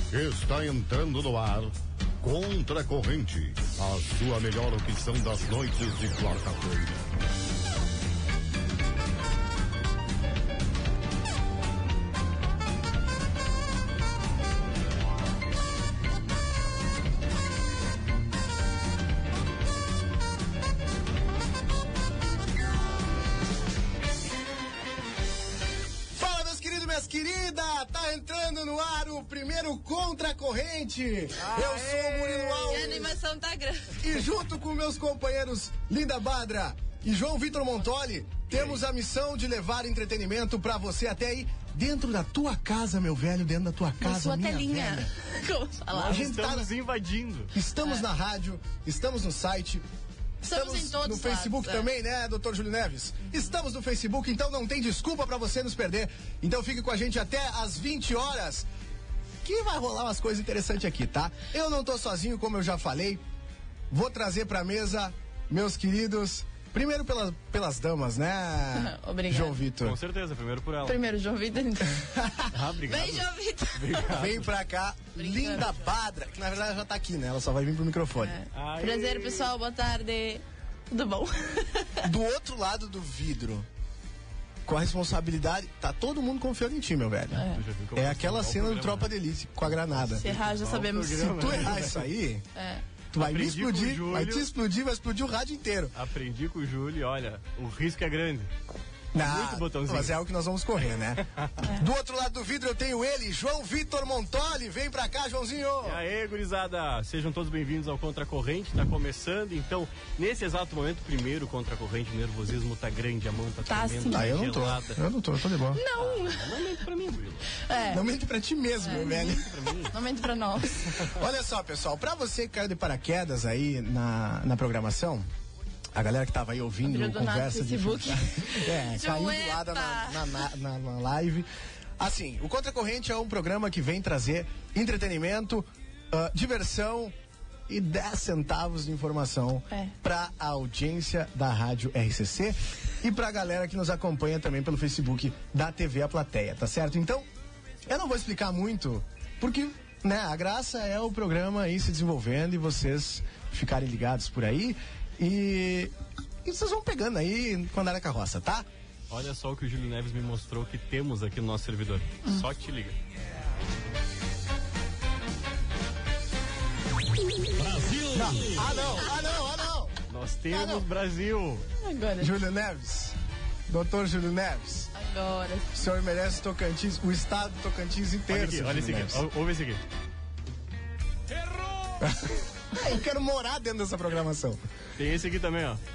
Está entrando no ar Contra a Corrente, a sua melhor opção das noites de quarta-feira. Tá entrando no ar o primeiro Contra a Corrente. Eu sou o Murilo Alves. E a animação tá grande. E junto com meus companheiros Linda Badra e João Vitor Montoli, temos a missão de levar entretenimento pra você até aí dentro da tua casa, meu velho, dentro da tua casa, sua minha telinha. velha. Como falar? Nós estamos invadindo. Estamos na rádio, estamos no site. Estamos em todos no Facebook lados, também, né, doutor Júlio Neves? Estamos no Facebook, então não tem desculpa pra você nos perder. Então fique com a gente até às 20 horas, que vai rolar umas coisas interessantes aqui, tá? Eu não tô sozinho, como eu já falei. Vou trazer pra mesa meus queridos, primeiro pelas damas, né? Obrigado. João Vitor. Com certeza, primeiro por ela. Primeiro, João Vitor. Obrigado. Vem, João Vitor. Vem pra cá, Brincando. Linda Badra, que na verdade ela já tá aqui, né? Ela só vai vir pro microfone. Prazer, pessoal, boa tarde. Tudo bom? Do outro lado do vidro, com a responsabilidade, tá todo mundo confiando em ti, meu velho. É aquela cena do Tropa de Elite com a granada. Se errar, já sabemos. Se tu errar isso aí, tu vai me explodir, vai te explodir, vai explodir o rádio inteiro. Aprendi com o Júlio e olha, o risco é grande. Muito botãozinho. Mas é o que nós vamos correr, né? Do outro lado do vidro eu tenho ele, João Vitor Montoli. Vem pra cá, Joãozinho. E aí, gurizada, sejam todos bem-vindos ao Contra a Corrente. Tá começando, então, nesse exato momento, primeiro Contra a Corrente, o nervosismo tá grande, a mão tá tremendo, sim. Eu não tô de boa. Não. Não mente pra mim, Murilo. Não mente pra ti mesmo, meu velho. Não mente pra nós. Olha só, pessoal, pra você que caiu de paraquedas aí na programação, a galera que tava aí ouvindo conversa de Facebook. caiu do lado na live. Assim, o Contra a Corrente é um programa que vem trazer entretenimento, diversão e 10 centavos de informação pra audiência da Rádio RCC e pra galera que nos acompanha também pelo Facebook da TV A Plateia, tá certo? Então, eu não vou explicar muito, porque, né, a graça é o programa aí se desenvolvendo e vocês ficarem ligados por aí. E vocês vão pegando aí quando era carroça, tá? Olha só o que o Júlio Neves me mostrou que temos aqui no nosso servidor. Só te liga. Brasil! Não! Nós temos Brasil! Agora. Júlio Neves, doutor Júlio Neves. Agora. O senhor merece Tocantins, o estado do Tocantins inteiro. Olha esse aqui, ouve esse aqui. Errou! Eu quero morar dentro dessa programação. Tem esse aqui também, ó.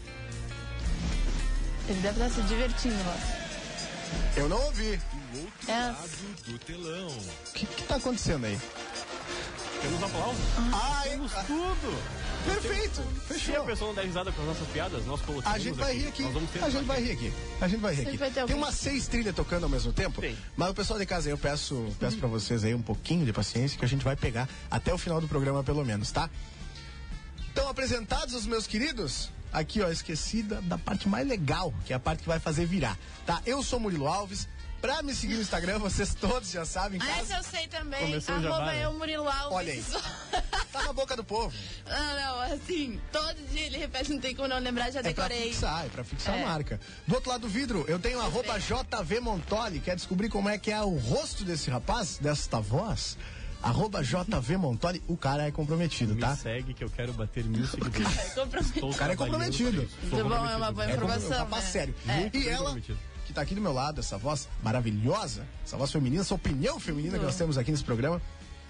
Ele deve estar se divertindo lá. Eu não ouvi. Do outro lado do telão. O que tá acontecendo aí? Temos aplausos. Temos tudo. Perfeito. Se a Fechou. pessoa não der risada com as nossas piadas, nós colocamos A gente vai rir aqui. Nós vamos ter A gente vai rir aqui. A gente vai rir Sempre aqui. vai ter Tem alguém. umas 6 trilhas tocando ao mesmo tempo. Tem. Mas o pessoal de casa aí, eu peço pra vocês aí um pouquinho de paciência que a gente vai pegar até o final do programa pelo menos, tá? Estão apresentados os meus queridos? Aqui, ó, esqueci da parte mais legal, que é a parte que vai fazer virar, tá? Eu sou Murilo Alves. Pra me seguir no Instagram, vocês todos já sabem. Essa eu sei também. Começou o jabá, né? Eu, Murilo Alves. Olha aí. Tá na boca do povo. Não, assim, todo dia ele repete, não tem como não lembrar, já decorei. É pra fixar a marca. Do outro lado do vidro, eu tenho @JV Montoli. Quer descobrir como é que é o rosto desse rapaz, desta voz? @JV Montoli. O cara é comprometido, tá? Me segue que eu quero bater 1000 seguidores. O cara é comprometido. Muito bom, é uma boa informação. É um rapaz né? sério. Muito E bem ela, comprometido. que tá aqui do meu lado, essa voz maravilhosa, essa voz feminina, essa opinião feminina que nós temos aqui nesse programa,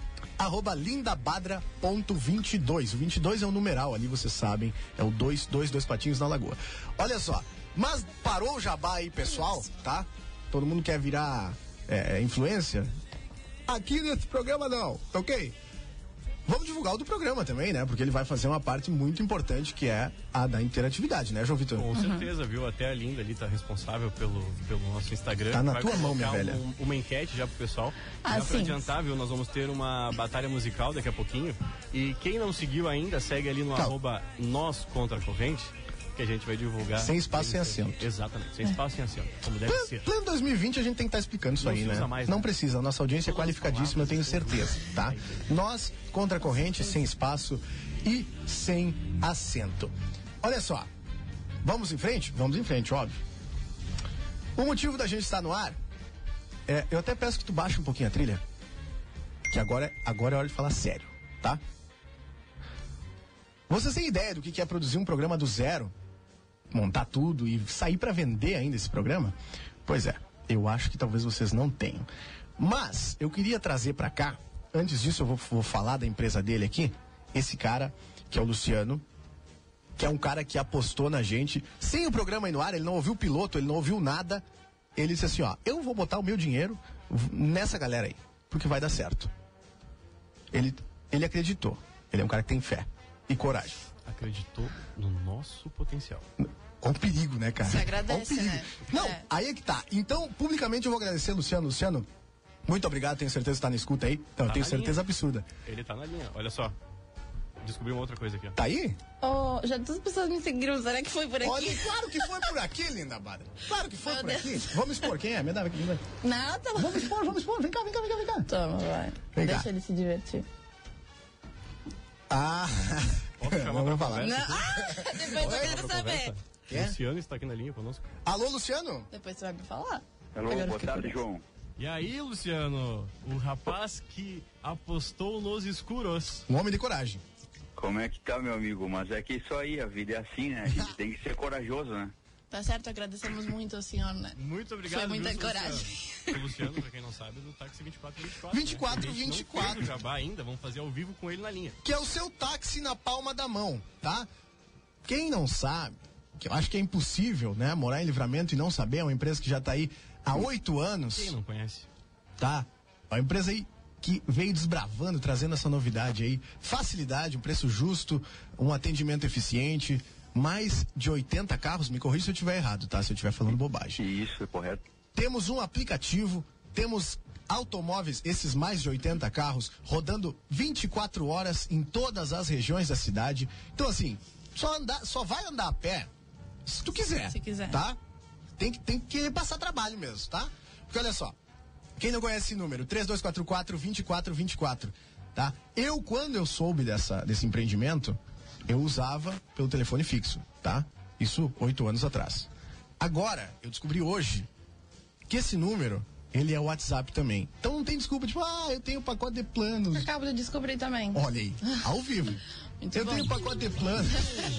@lindabadra.22. O 22 é um numeral ali, vocês sabem, é o 2 patinhos na lagoa. Olha só, mas parou o jabá aí, pessoal, tá? Todo mundo quer virar influencer? Aqui nesse programa não, ok? Vamos divulgar o do programa também, né? Porque ele vai fazer uma parte muito importante que é a da interatividade, né, João Vitor? Com certeza, viu? Até a Linda ali tá responsável pelo nosso Instagram. Tá na vai tua mão, minha colocar velha. Uma enquete já pro pessoal. Já pra sim. adiantar, viu? Nós vamos ter uma batalha musical daqui a pouquinho. E quem não seguiu ainda, segue ali no @nós contra a corrente. que a gente vai divulgar. Sem espaço, sem acento. Exatamente, sem espaço, sem acento, como deve ser. Plano 2020 a gente tem que estar explicando isso aí, né? Não precisa, a nossa audiência é qualificadíssima, eu tenho certeza, tá? Nós, contra a corrente, sem espaço e sem acento. Olha só, vamos em frente? Vamos em frente, óbvio. O motivo da gente estar no ar eu até peço que tu baixe um pouquinho a trilha, que agora é hora de falar sério, tá? Vocês têm ideia do que é produzir um programa do zero? Montar tudo e sair para vender ainda esse programa? Pois é, eu acho que talvez vocês não tenham. Mas eu queria trazer para cá, antes disso eu vou falar da empresa dele aqui, esse cara, que é o Luciano, que é um cara que apostou na gente, sem o programa ir no ar, ele não ouviu o piloto, ele não ouviu nada. Ele disse assim, ó, eu vou botar o meu dinheiro nessa galera aí, porque vai dar certo. Ele acreditou. Ele é um cara que tem fé e coragem. Acreditou no nosso potencial. Olha o perigo, né, cara? Você agradece, perigo, né? Não, aí é que tá. Então, publicamente eu vou agradecer, Luciano. Luciano, muito obrigado, tenho certeza que tá na escuta aí. Então, eu tenho certeza absurda. Ele tá na linha, olha só. Descobri uma outra coisa aqui, ó. Tá aí? Oh, já todas as pessoas me seguiram, será que foi por aqui? Olha, claro que foi por aqui, linda Bárbara. Claro que foi por aqui. Vamos expor quem é? Me dá aqui. Não, tá bom. Vamos expor. Vem cá. Toma, vai. Vem cá. Deixa ele se divertir. Ah, vamos falar. Não. Depois eu quero saber. É? Luciano está aqui na linha conosco. Alô, Luciano? Depois você vai me falar. Alô, Agora boa fica tarde, curioso. João. E aí, Luciano, o rapaz que apostou nos escuros. Um homem de coragem. Como é que tá, meu amigo? Mas é que isso aí, a vida é assim, né? A gente tem que ser corajoso, né? Tá certo, agradecemos muito ao senhor, né? Muito obrigado. Foi muita viu, coragem. Luciano? O Luciano, pra quem não sabe, do táxi 2424. 2424. Não fez o jabá ainda, vamos fazer ao vivo com ele na linha. Que é o seu táxi na palma da mão, tá? Quem não sabe, que eu acho que é impossível, né? Morar em Livramento e não saber, é uma empresa que já tá aí há 8 anos. Quem não conhece? Tá? É uma empresa aí que veio desbravando, trazendo essa novidade aí. Facilidade, um preço justo, um atendimento eficiente. Mais de 80 carros, me corrija se eu estiver errado, tá? Se eu estiver falando bobagem. Isso, é correto. Temos um aplicativo, temos automóveis, esses mais de 80 carros, rodando 24 horas em todas as regiões da cidade. Então, assim, só vai andar a pé se tu quiser. Se quiser. Tá? Tem que passar trabalho mesmo, tá? Porque olha só, quem não conhece esse número, 3244-2424, tá? Quando eu soube desse empreendimento, eu usava pelo telefone fixo, tá? Isso 8 anos atrás. Agora, eu descobri hoje que esse número, ele é o WhatsApp também. Então não tem desculpa, tipo, eu tenho pacote de planos. Acabo de descobrir também. Olha aí, ao vivo. Muito bom. Tenho pacote de planos.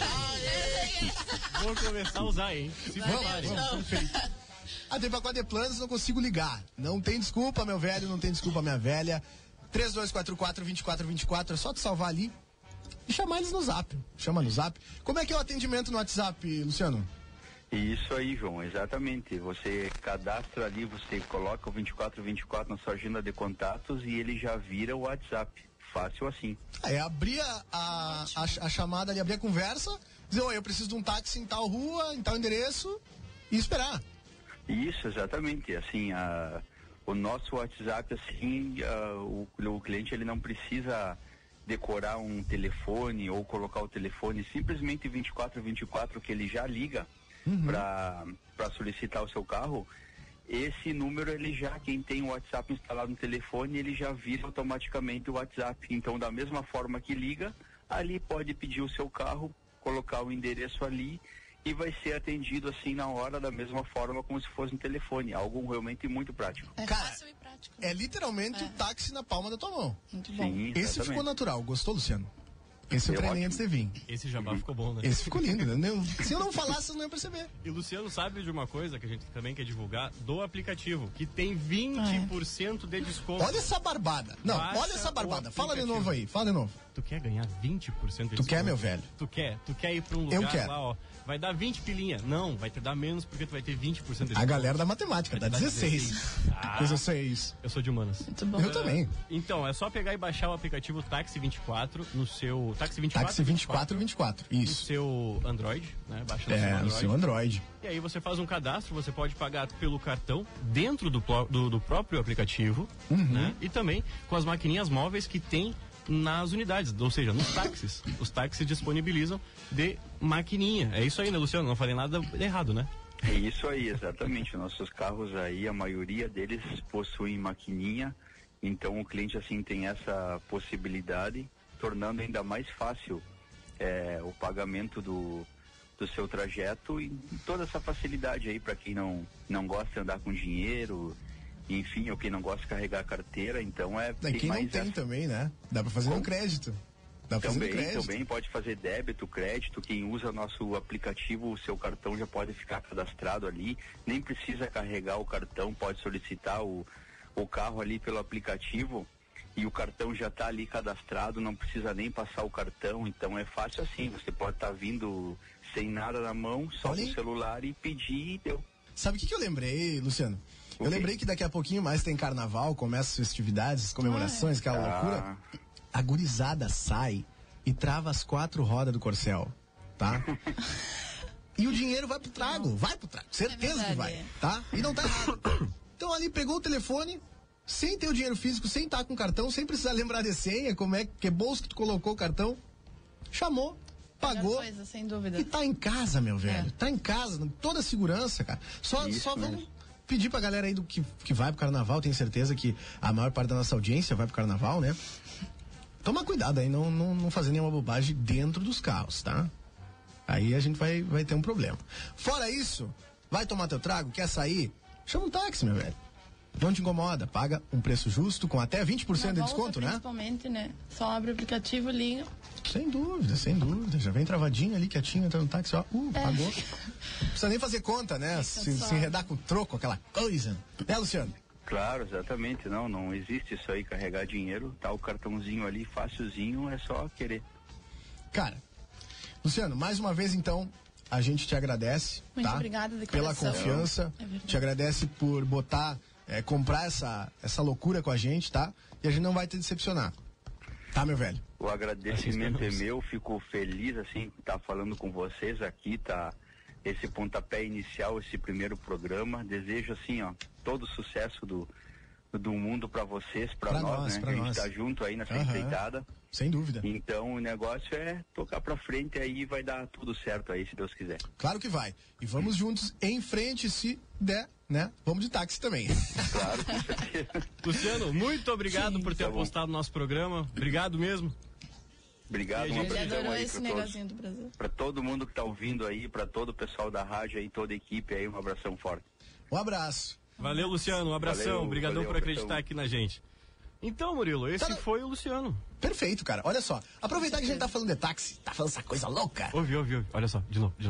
Vou começar a usar, hein? Se prepare. Vamos, perfeito. Tem pacote de planos, não consigo ligar. Não tem desculpa, meu velho, não tem desculpa, minha velha. 3244-2424, é só tu salvar ali e chamar eles no Zap. Chama no Zap. Como é que é o atendimento no WhatsApp, Luciano? Isso aí, João, exatamente. Você cadastra ali, você coloca o 2424 na sua agenda de contatos e ele já vira o WhatsApp. Fácil assim. Abrir a chamada ali, abrir a conversa, dizer, oi, eu preciso de um táxi em tal rua, em tal endereço, e esperar. Isso, exatamente. Assim, o nosso WhatsApp, assim, o cliente ele não precisa decorar um telefone ou colocar o telefone, simplesmente 2424 que ele já liga para solicitar o seu carro. Esse número, quem tem o WhatsApp instalado no telefone, ele já vira automaticamente o WhatsApp. Então, da mesma forma que liga, ali pode pedir o seu carro, colocar o endereço ali e vai ser atendido assim na hora, da mesma forma como se fosse um telefone. Algo realmente muito prático. É fácil e prático. É literalmente o táxi na palma da tua mão. Muito bom. Sim, Esse ficou natural. Gostou, Luciano? Esse eu treinei antes de vir. Esse jabá ficou bom, né? Esse ficou lindo, né? Se eu não falasse, vocês não iam perceber. E o Luciano sabe de uma coisa que a gente também quer divulgar, do aplicativo, que tem 20% de desconto. Olha essa barbada. Não, Baixa olha essa barbada. o Fala de aplicativo. novo aí, fala de novo. Tu quer ganhar 20% de desconto? Tu quer, meu velho? Tu quer ir pra um Eu lugar quero. lá, ó. Vai dar 20 pilinha. Não, vai te dar menos porque tu vai ter 20% de desconto. A galera da matemática, dá Vai te dar 16. Ah, Coisa 6. eu sou de humanas. Muito bom. Eu também. Então, é só pegar e baixar o aplicativo Táxi 24 no seu... Táxi 24? Táxi 2424. No Isso. seu Android, né? Baixa no seu No Android. seu Android. E aí você faz um cadastro, você pode pagar pelo cartão dentro do próprio aplicativo, né? E também com as maquininhas móveis que tem nas unidades, ou seja, nos táxis. Os táxis disponibilizam de maquininha. É isso aí, né, Luciano? Não falei nada errado, né? É isso aí, exatamente. Nossos carros aí, a maioria deles possuem maquininha, então o cliente assim tem essa possibilidade, tornando ainda mais fácil o pagamento do seu trajeto e toda essa facilidade aí para quem não gosta de andar com dinheiro, enfim, ou quem não gosta de carregar a carteira, então quem não tem também, né? Dá para fazer no crédito. Também pode fazer débito, crédito. Quem usa nosso aplicativo, o seu cartão já pode ficar cadastrado ali, nem precisa carregar o cartão, pode solicitar o carro ali pelo aplicativo e o cartão já está ali cadastrado, não precisa nem passar o cartão, então é fácil assim, você pode estar vindo sem nada na mão, só com o celular e pedir e deu. Sabe o que eu lembrei, Luciano? Eu lembrei que daqui a pouquinho mais tem carnaval, começa as festividades, comemorações, aquela loucura. A gurizada sai e trava as 4 rodas do Corcel, tá? E o dinheiro vai pro trago, certeza que vai, tá? E não tá errado. Então ali pegou o telefone, sem ter o dinheiro físico, sem estar com o cartão, sem precisar lembrar de senha, como é que bolso que tu colocou o cartão, chamou, pagou. Coisa, sem dúvida. E tá em casa, meu velho. Tá em casa, toda a segurança, cara. Só vamos pedir pra galera aí que vai pro carnaval, tenho certeza que a maior parte da nossa audiência vai pro carnaval, né? Toma cuidado aí, não fazer nenhuma bobagem dentro dos carros, tá? Aí a gente vai ter um problema. Fora isso, vai tomar teu trago, quer sair? Chama um táxi, meu velho. Não te incomoda, paga um preço justo com até 20% de desconto, né? Principalmente, né? Só abre o aplicativo, liga. Sem dúvida. Já vem travadinho ali, quietinho, entra no táxi, ó, pagou. Não precisa nem fazer conta, né? Se enredar com troco, aquela coisa. Né, Luciano? Claro, exatamente. Não existe isso aí, carregar dinheiro, tá o cartãozinho ali, facilzinho, é só querer. Cara, Luciano, mais uma vez então, a gente te agradece, muito tá? Obrigada de pela confiança, te agradece por botar, comprar essa loucura com a gente, tá? E a gente não vai te decepcionar, tá, meu velho? O agradecimento é meu, fico feliz, assim, estar falando com vocês aqui, tá? Esse pontapé inicial, esse primeiro programa, desejo, assim, ó, todo o sucesso do mundo para vocês, para nós, né? A gente tá junto aí nessa empreitada. Sem dúvida. Então o negócio é tocar pra frente aí, vai dar tudo certo aí, se Deus quiser. Claro que vai. E vamos juntos em frente, se der, né? Vamos de táxi também. Claro, com certeza. Luciano, muito obrigado por ter apostado no nosso programa. Obrigado mesmo. Obrigado, uma adorou esse negocinho do Brasil. Para todo mundo que tá ouvindo aí, para todo o pessoal da rádio aí, toda a equipe aí, um abração forte. Um abraço. Valeu, Luciano, um abração. Obrigadão por acreditar aqui na gente. Então, Murilo, esse foi o Luciano. Perfeito, cara. Olha só, aproveitar que a gente tá falando de táxi, tá falando essa coisa louca. Ouve. Olha só, de novo.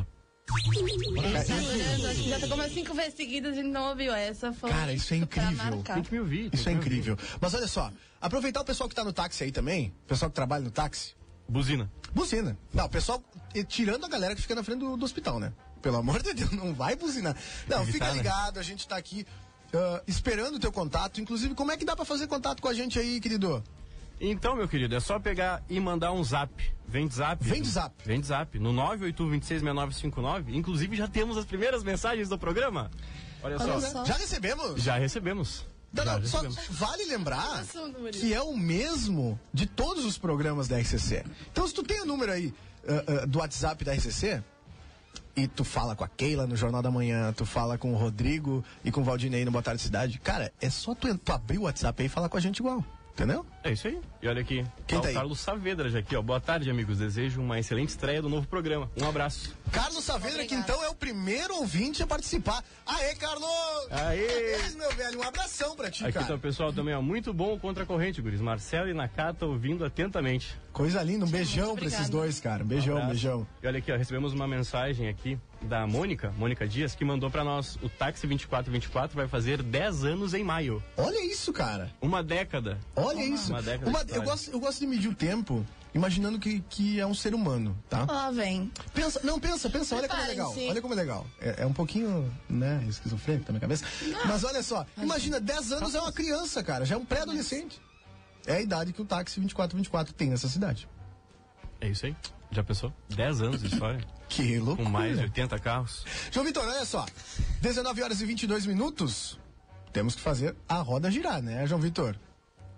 Já tá como 5 vezes seguidas, a gente não ouviu essa. Cara, isso é incrível. Tem que me ouvir. Isso é incrível. Mas olha só, aproveitar o pessoal que tá no táxi aí também, o pessoal que trabalha no táxi. Buzina. Não, o pessoal, tirando a galera que fica na frente do hospital, né? Pelo amor de Deus, não vai buzinar. Não, evitar, fica ligado, a gente tá aqui esperando o teu contato. Inclusive, como é que dá pra fazer contato com a gente aí, querido? Então, meu querido, é só pegar e mandar um zap. Vem de zap. No 981266959. Inclusive, já temos as primeiras mensagens do programa. Olha só. Já recebemos? Já recebemos. Só vale lembrar que é o mesmo de todos os programas da RCC. Então, se tu tem o número aí do WhatsApp da RCC, e tu fala com a Keila no Jornal da Manhã, tu fala com o Rodrigo e com o Valdinei no Boa Tarde Cidade, cara, é só tu abrir o WhatsApp aí e falar com a gente igual. Entendeu? É isso aí. E olha aqui, quem tá o Carlos Saavedra já aqui, ó. Boa tarde, amigos. Desejo uma excelente estreia do novo programa. Um abraço. Carlos Saavedra, que então é o primeiro ouvinte a participar. Aê, Carlos! Aê! Meu velho, um abração pra ti, aqui cara. Aqui tá o pessoal também, ó. Muito bom o Contra a Corrente, guris. Marcelo e Nakata ouvindo atentamente. Coisa linda, um beijão pra esses dois, cara. Beijão. E olha aqui, ó, recebemos uma mensagem aqui da Mônica Dias, que mandou pra nós: o Táxi 2424 vai fazer 10 anos em maio. Olha isso, cara. Uma década. Olha isso. Uma década. Eu gosto de medir o tempo imaginando que é um ser humano, tá? Vem. Pensa, olha como é legal. Olha como é legal. É um pouquinho, né, esquizofrênico na minha cabeça. Mas olha só, imagina, 10 anos é uma criança, cara, já é um pré-adolescente. É a idade que o Táxi 2424 tem nessa cidade. É isso aí. Já pensou? 10 anos de história. Que loucura. Com mais de 80 carros. João Vitor, olha só. 19 horas e 22 minutos. Temos que fazer a roda girar, né, João Vitor?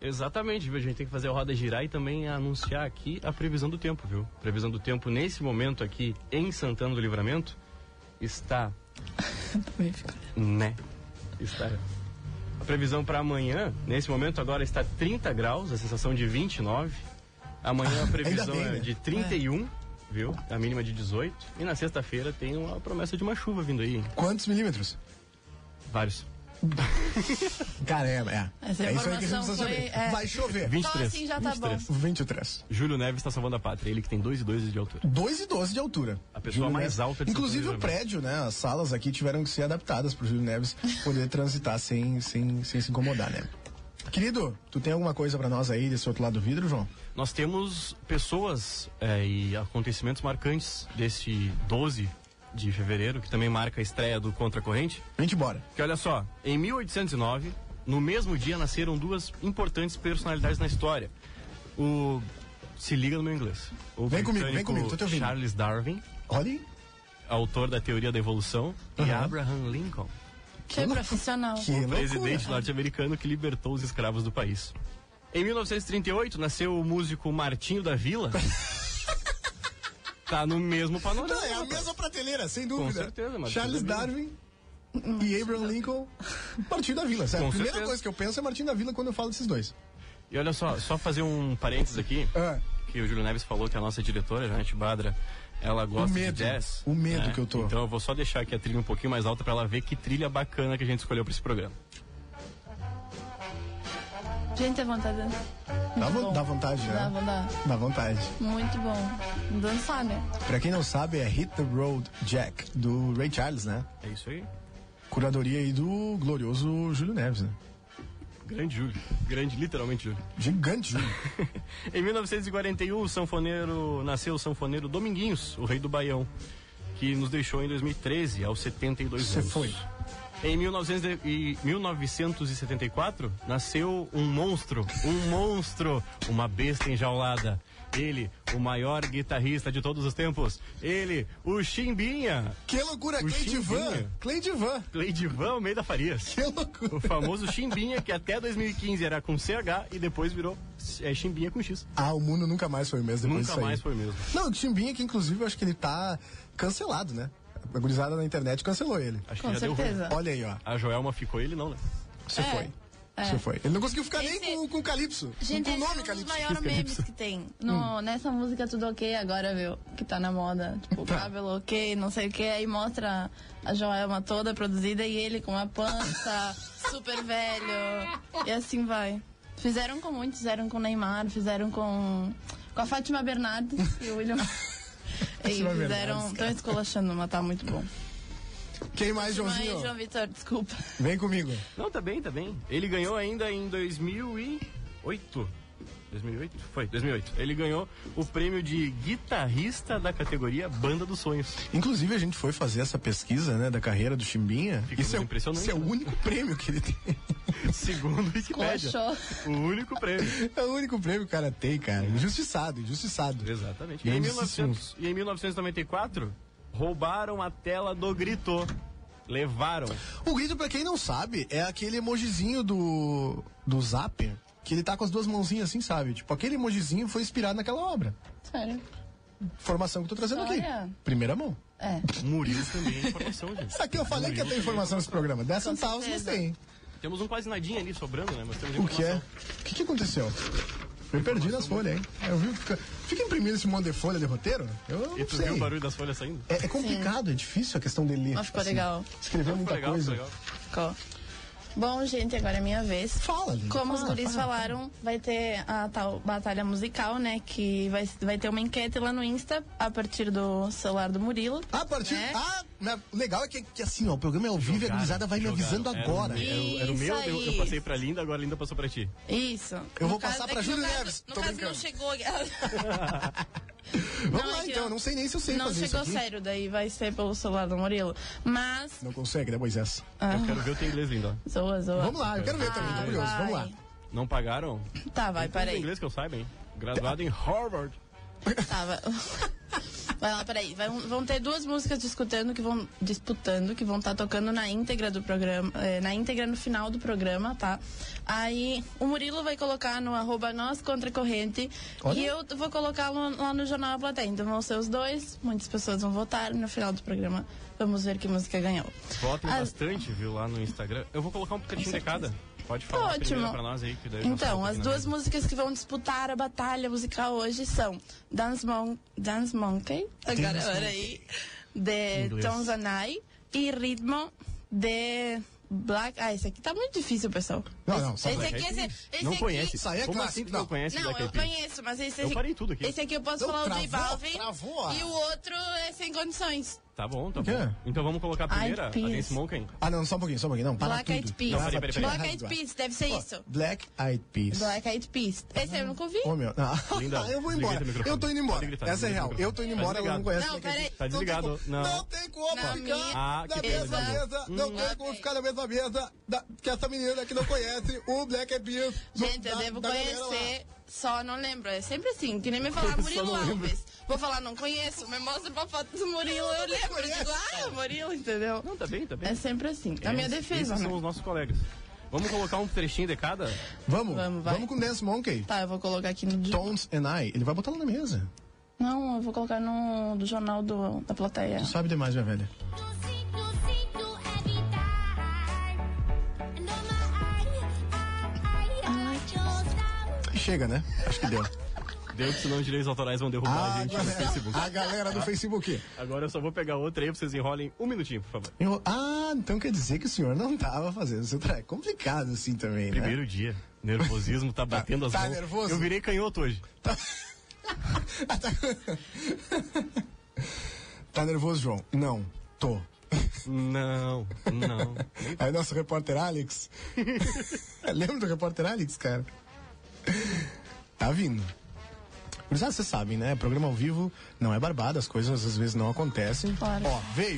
Exatamente, viu? A gente tem que fazer a roda girar e também anunciar aqui a previsão do tempo, viu? Previsão do tempo nesse momento aqui em Santana do Livramento está... né? Está... A previsão para amanhã, nesse momento agora está 30 graus, a sensação de 29. Amanhã a previsão é de 31, viu? A mínima de 18. E na sexta-feira tem uma promessa de uma chuva vindo aí. Quantos milímetros? Vários. Cara, é Essa isso aí que a gente precisa saber. Vai chover. 23. Só assim já tá 23. bom. 23. Júlio Neves está salvando a pátria, ele que tem 2,12 de altura. 2,12 de altura. A pessoa mais alta de Inclusive Santana o do Livramento. prédio, né? As salas aqui tiveram que ser adaptadas pro Júlio Neves poder transitar sem se incomodar, né? Querido, tu tem alguma coisa pra nós aí desse outro lado do vidro, João? Nós temos pessoas e acontecimentos marcantes desse 12 de fevereiro, que também marca a estreia do Contra a Corrente. Vem embora. Que olha só, em 1809, no mesmo dia nasceram duas importantes personalidades na história. Se liga no meu inglês. O Vem comigo, tô te ouvindo. Charles Darwin, Olha aí. autor da teoria da evolução, e Abraham Lincoln, Que profissional. Que o loucura. presidente norte-americano que libertou os escravos do país. Em 1938, nasceu o músico Martinho da Vila. Tá no mesmo panorama. Não, é a mesma prateleira, sem dúvida. Com certeza, Martinho Charles da Vila. Darwin e Abraham Lincoln, Martinho da Vila. Sério, a Com primeira certeza. coisa que eu penso é Martinho da Vila quando eu falo desses dois. E olha só fazer um parênteses aqui, que o Júlio Neves falou que a nossa diretora, Janete Badra, ela gosta de jazz. O medo que eu tô. Então eu vou só deixar aqui a trilha um pouquinho mais alta pra ela ver que trilha bacana que a gente escolheu pra esse programa. Gente, é vontade. Dá vontade, né? Dá vontade. Muito bom. Dançar, né? Pra quem não sabe, é Hit the Road Jack, do Ray Charles, né? É isso aí. Curadoria aí do glorioso Júlio Neves, né? Grande Júlio. Grande, literalmente Júlio. Gigante Júlio. Em 1941, nasceu o sanfoneiro Dominguinhos, o rei do Baião, que nos deixou em 2013, aos 72 Você anos. foi. Em 1974, nasceu um monstro, uma besta enjaulada. Ele, o maior guitarrista de todos os tempos. Ele, o Chimbinha. Que loucura, O Chimbinha. Cleidivan. Cleidivan Almeida Farias. Que loucura. O famoso Chimbinha, que até 2015 era com CH e depois virou Chimbinha com X. O mundo nunca mais foi o mesmo depois Nunca disso aí. mais foi mesmo. Não, o Chimbinha, que inclusive eu acho que ele tá cancelado, né? A gurizada na internet cancelou ele. Acho que Com já deu certeza. ruim. Olha aí, ó. A Joelma ficou, ele não, né? Você foi. Você foi. Ele não conseguiu ficar nem Esse- com o Calypso. Gente, com o esse é nome um dos Calypso. maiores memes que tem. Nessa música Tudo Ok agora, viu? Que tá na moda. Tipo, cabelo ok, não sei o que. Aí mostra a Joelma toda produzida e ele com a pança, super velho. E assim vai. Fizeram com muitos, fizeram com o Neymar, fizeram com a Fátima Bernardes e o William. E Fátima fizeram, Bernardes, estão esculachando, mas tá muito bom. Quem mais, Mas, Joãozinho? João Vitor, desculpa. Vem comigo. Não, tá bem, tá bem. Ele ganhou ainda em 2008. 2008? Foi, 2008. Ele ganhou o prêmio de guitarrista da categoria Banda dos Sonhos. Inclusive, a gente foi fazer essa pesquisa, né, da carreira do Chimbinha. Ficamos impressionados, Isso é o né? único prêmio que ele tem. Segundo o Wikipédia. Esculachou. O único prêmio. É o único prêmio que o cara tem, cara. Injustiçado. Exatamente. E em, Grandíssimo. e em 1994, roubaram a tela do Grito. Levaram. O grito, pra quem não sabe, é aquele emojizinho do Zap, que ele tá com as duas mãozinhas assim, sabe? Tipo, aquele emojizinho foi inspirado naquela obra. Sério. Informação que eu tô trazendo aqui. Olha. Primeira mão. É. Murilo também é informação, gente. Aqui eu falei que ia ter informação nesse programa. 10 Com centavos, mas certeza. tem. Temos um quase nadinha ali sobrando, né? Mas temos O que é? informação. O que aconteceu? Eu perdi nas folhas, hein? Eu vi, fica imprimindo esse monte de folha de roteiro? Eu E não tu sei. viu o barulho das folhas saindo? É complicado, é difícil a questão dele ler. Mas ficou legal. Escrever muita Ficou legal, coisa. ficou legal. Ficou. Bom, gente, agora é minha vez. Fala, gente. Como os fala, guris fala. falaram, vai ter a tal batalha musical, né? Que vai ter uma enquete lá no Insta, a partir do celular do Murilo. A partir. né? O legal é que assim, ó, o programa é ao vivo e a gurizada vai me avisando agora. Era o meu, Isso eu aí. passei pra Linda, agora a Linda passou pra ti. Isso. Eu vou No caso- passar pra é que Júlio no caso- Neves. No Tô caso brincando. não chegou. Vamos Não, lá é que então, eu- não sei nem se eu sei Não fazer isso chegou aqui. sério, daí vai ser pelo celular do Murilo. Mas. Não consegue, né, Moisés? Eu quero ver o teu inglês, Linda. Zoa. Vamos lá, eu quero ver também, tô Ai, curioso. Vamos lá. vai. Não pagaram? Tá, vai, Tem parei. inglês que eu saiba, hein? Graduado em Harvard. Tava. Vai lá, peraí. Vão ter duas músicas disputando, que vão estar tocando na íntegra do programa, na íntegra no final do programa, tá? Aí o Murilo vai colocar no @NosContracorrente e eu vou colocar lá no Jornal A Plateia. Então vão ser os dois, muitas pessoas vão votar no final do programa. Vamos ver que música ganhou. Votem bastante, viu, lá no Instagram. Eu vou colocar um trechinho de cada. Pode falar primeiro pra nós aí. Que daí então, as duas músicas que vão disputar a batalha musical hoje são Dance Monkey, agora aí, de Tanzanai, e Ritmo de Black... esse aqui tá muito difícil, pessoal. Não, esse aqui... Não conhece? Isso aí é Como clássico. assim tu não conhece Não, Black eu Eyed Peas? conheço, mas esse Eu parei tudo aqui. Esse aqui eu posso falar o J Balvin e o outro é Sem Condições. Tá bom. Então vamos colocar a primeira, a Dance Monkey. Não, só um pouquinho. Não, para Black Eyed tudo. Peas. Não, peraí. Black Eyed Peas, deve ser isso. Black Eyed Peas. Black Eyed Peas. Esse eu nunca ouvi. Ô, meu. Linda, Eu vou embora. Eu tô indo embora. Essa é real. Eu tô indo embora, ela não conhece. Não, peraí. Tá desligado. Não tem como ficar na mesma mesa. Não tem como ficar na mesma mesa que essa menina que não conhece o Black Eyed Peas. Gente, eu devo conhecer, só não lembro. É sempre assim, que nem me falar Murilo Alves. Vou falar, não conheço, me mostra uma foto do Murilo, eu lembro. Eu digo, é o Murilo, entendeu? Não, tá bem. É sempre assim. A minha defesa, esses né? são os nossos colegas. Vamos colocar um trechinho de cada? Vamos com Dance Monkey. Tá, eu vou colocar aqui no... Tones and I. Ele vai botar lá na mesa. Não, eu vou colocar no do jornal da plateia. Tu sabe demais, minha velha. Chega, né? Acho que deu. Deu, que senão os direitos autorais vão derrubar a gente no Facebook. A galera do Facebook. Agora eu só vou pegar outra aí pra vocês enrolem um minutinho, por favor. Então quer dizer que o senhor não tava fazendo o seu trabalho. É complicado assim também, né? Primeiro dia. Nervosismo tá batendo as mãos. Nervoso? Eu virei canhoto hoje. Tá nervoso, João? Não, tô. Não. Aí nosso repórter Alex. Lembra do repórter Alex, cara? Tá vindo. Por isso vocês sabem, né? Programa ao vivo não é barbado, as coisas às vezes não acontecem. Claro. Ó, veio.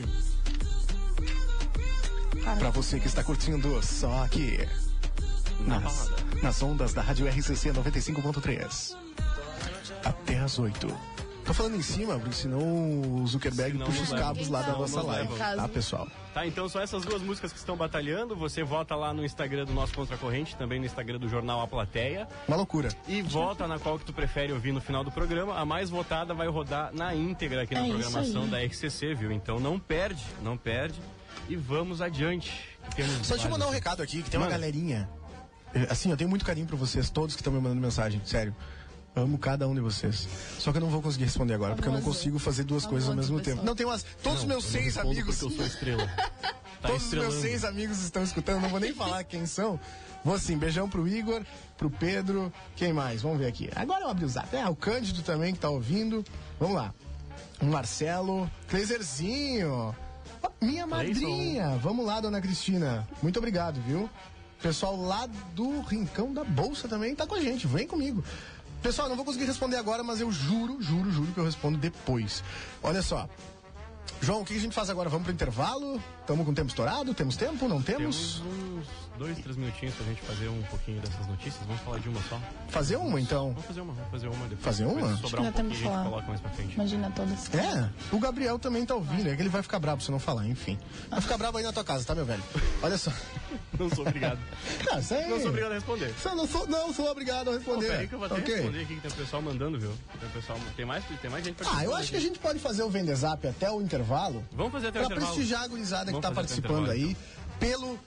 Pra você que está curtindo só aqui. Nas ondas da Rádio RCC 95.3. Até às 8. Tô falando em cima, porque senão o Zuckerberg puxa os cabos lá da nossa live. Tá, pessoal? Tá, então são essas duas músicas que estão batalhando. Você vota lá no Instagram do nosso Contracorrente, também no Instagram do Jornal A Plateia. Uma loucura. E vota na qual que tu prefere ouvir no final do programa. A mais votada vai rodar na íntegra aqui na programação da RCC, viu? Então não perde. E vamos adiante. Só deixa eu mandar um recado aqui, que tem uma galerinha. Assim, eu tenho muito carinho pra vocês, todos que estão me mandando mensagem, sério. Amo cada um de vocês. Só que eu não vou conseguir responder agora, porque eu não consigo fazer duas coisas ao mesmo tempo. Não, tem umas. Todos os meus 6 amigos. Porque eu sou estrela. Todos os meus 6 amigos estão escutando, não vou nem falar quem são. Vou assim, beijão pro Igor, pro Pedro. Quem mais? Vamos ver aqui. Agora eu abri o zap. O Cândido também que tá ouvindo. Vamos lá. O Marcelo. Cleiserzinho. Minha madrinha. Vamos lá, dona Cristina. Muito obrigado, viu? Pessoal lá do Rincão da Bolsa também tá com a gente. Vem comigo. Pessoal, não vou conseguir responder agora, mas eu juro que eu respondo depois. Olha só. João, o que a gente faz agora? Vamos pro intervalo? Estamos com o tempo estourado? Temos tempo? Não temos? Temos uns 2, 3 minutinhos pra gente fazer um pouquinho dessas notícias. Vamos falar de uma só? Fazer uma, então? Vamos fazer uma depois. Fazer uma? Se sobrar um pouquinho, a gente coloca mais pra frente. Imagina todas. O Gabriel também tá ouvindo. É que ele vai ficar bravo se não falar, enfim. Vai ficar bravo aí na tua casa, tá, meu velho? Olha só. Não sou obrigado. Não sou obrigado a responder. Não sou obrigado a responder. Peraí que eu vou até responder aqui, que tem o pessoal mandando, viu? Tem mais gente pra eu acho que a gente pode fazer o Vendezap até o intervalo. Vamos fazer até o intervalo. Pra prestigiar a gurizada que tá participando aí. Pelo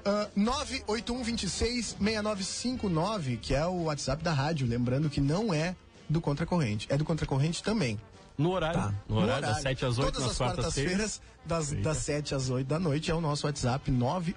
981266959, que é o WhatsApp da rádio. Lembrando que não é do Contracorrente. É do Contracorrente também. No horário. Tá. No horário das 7 às 8, todas as quartas-feiras, das 7 às 8 da noite, é o nosso WhatsApp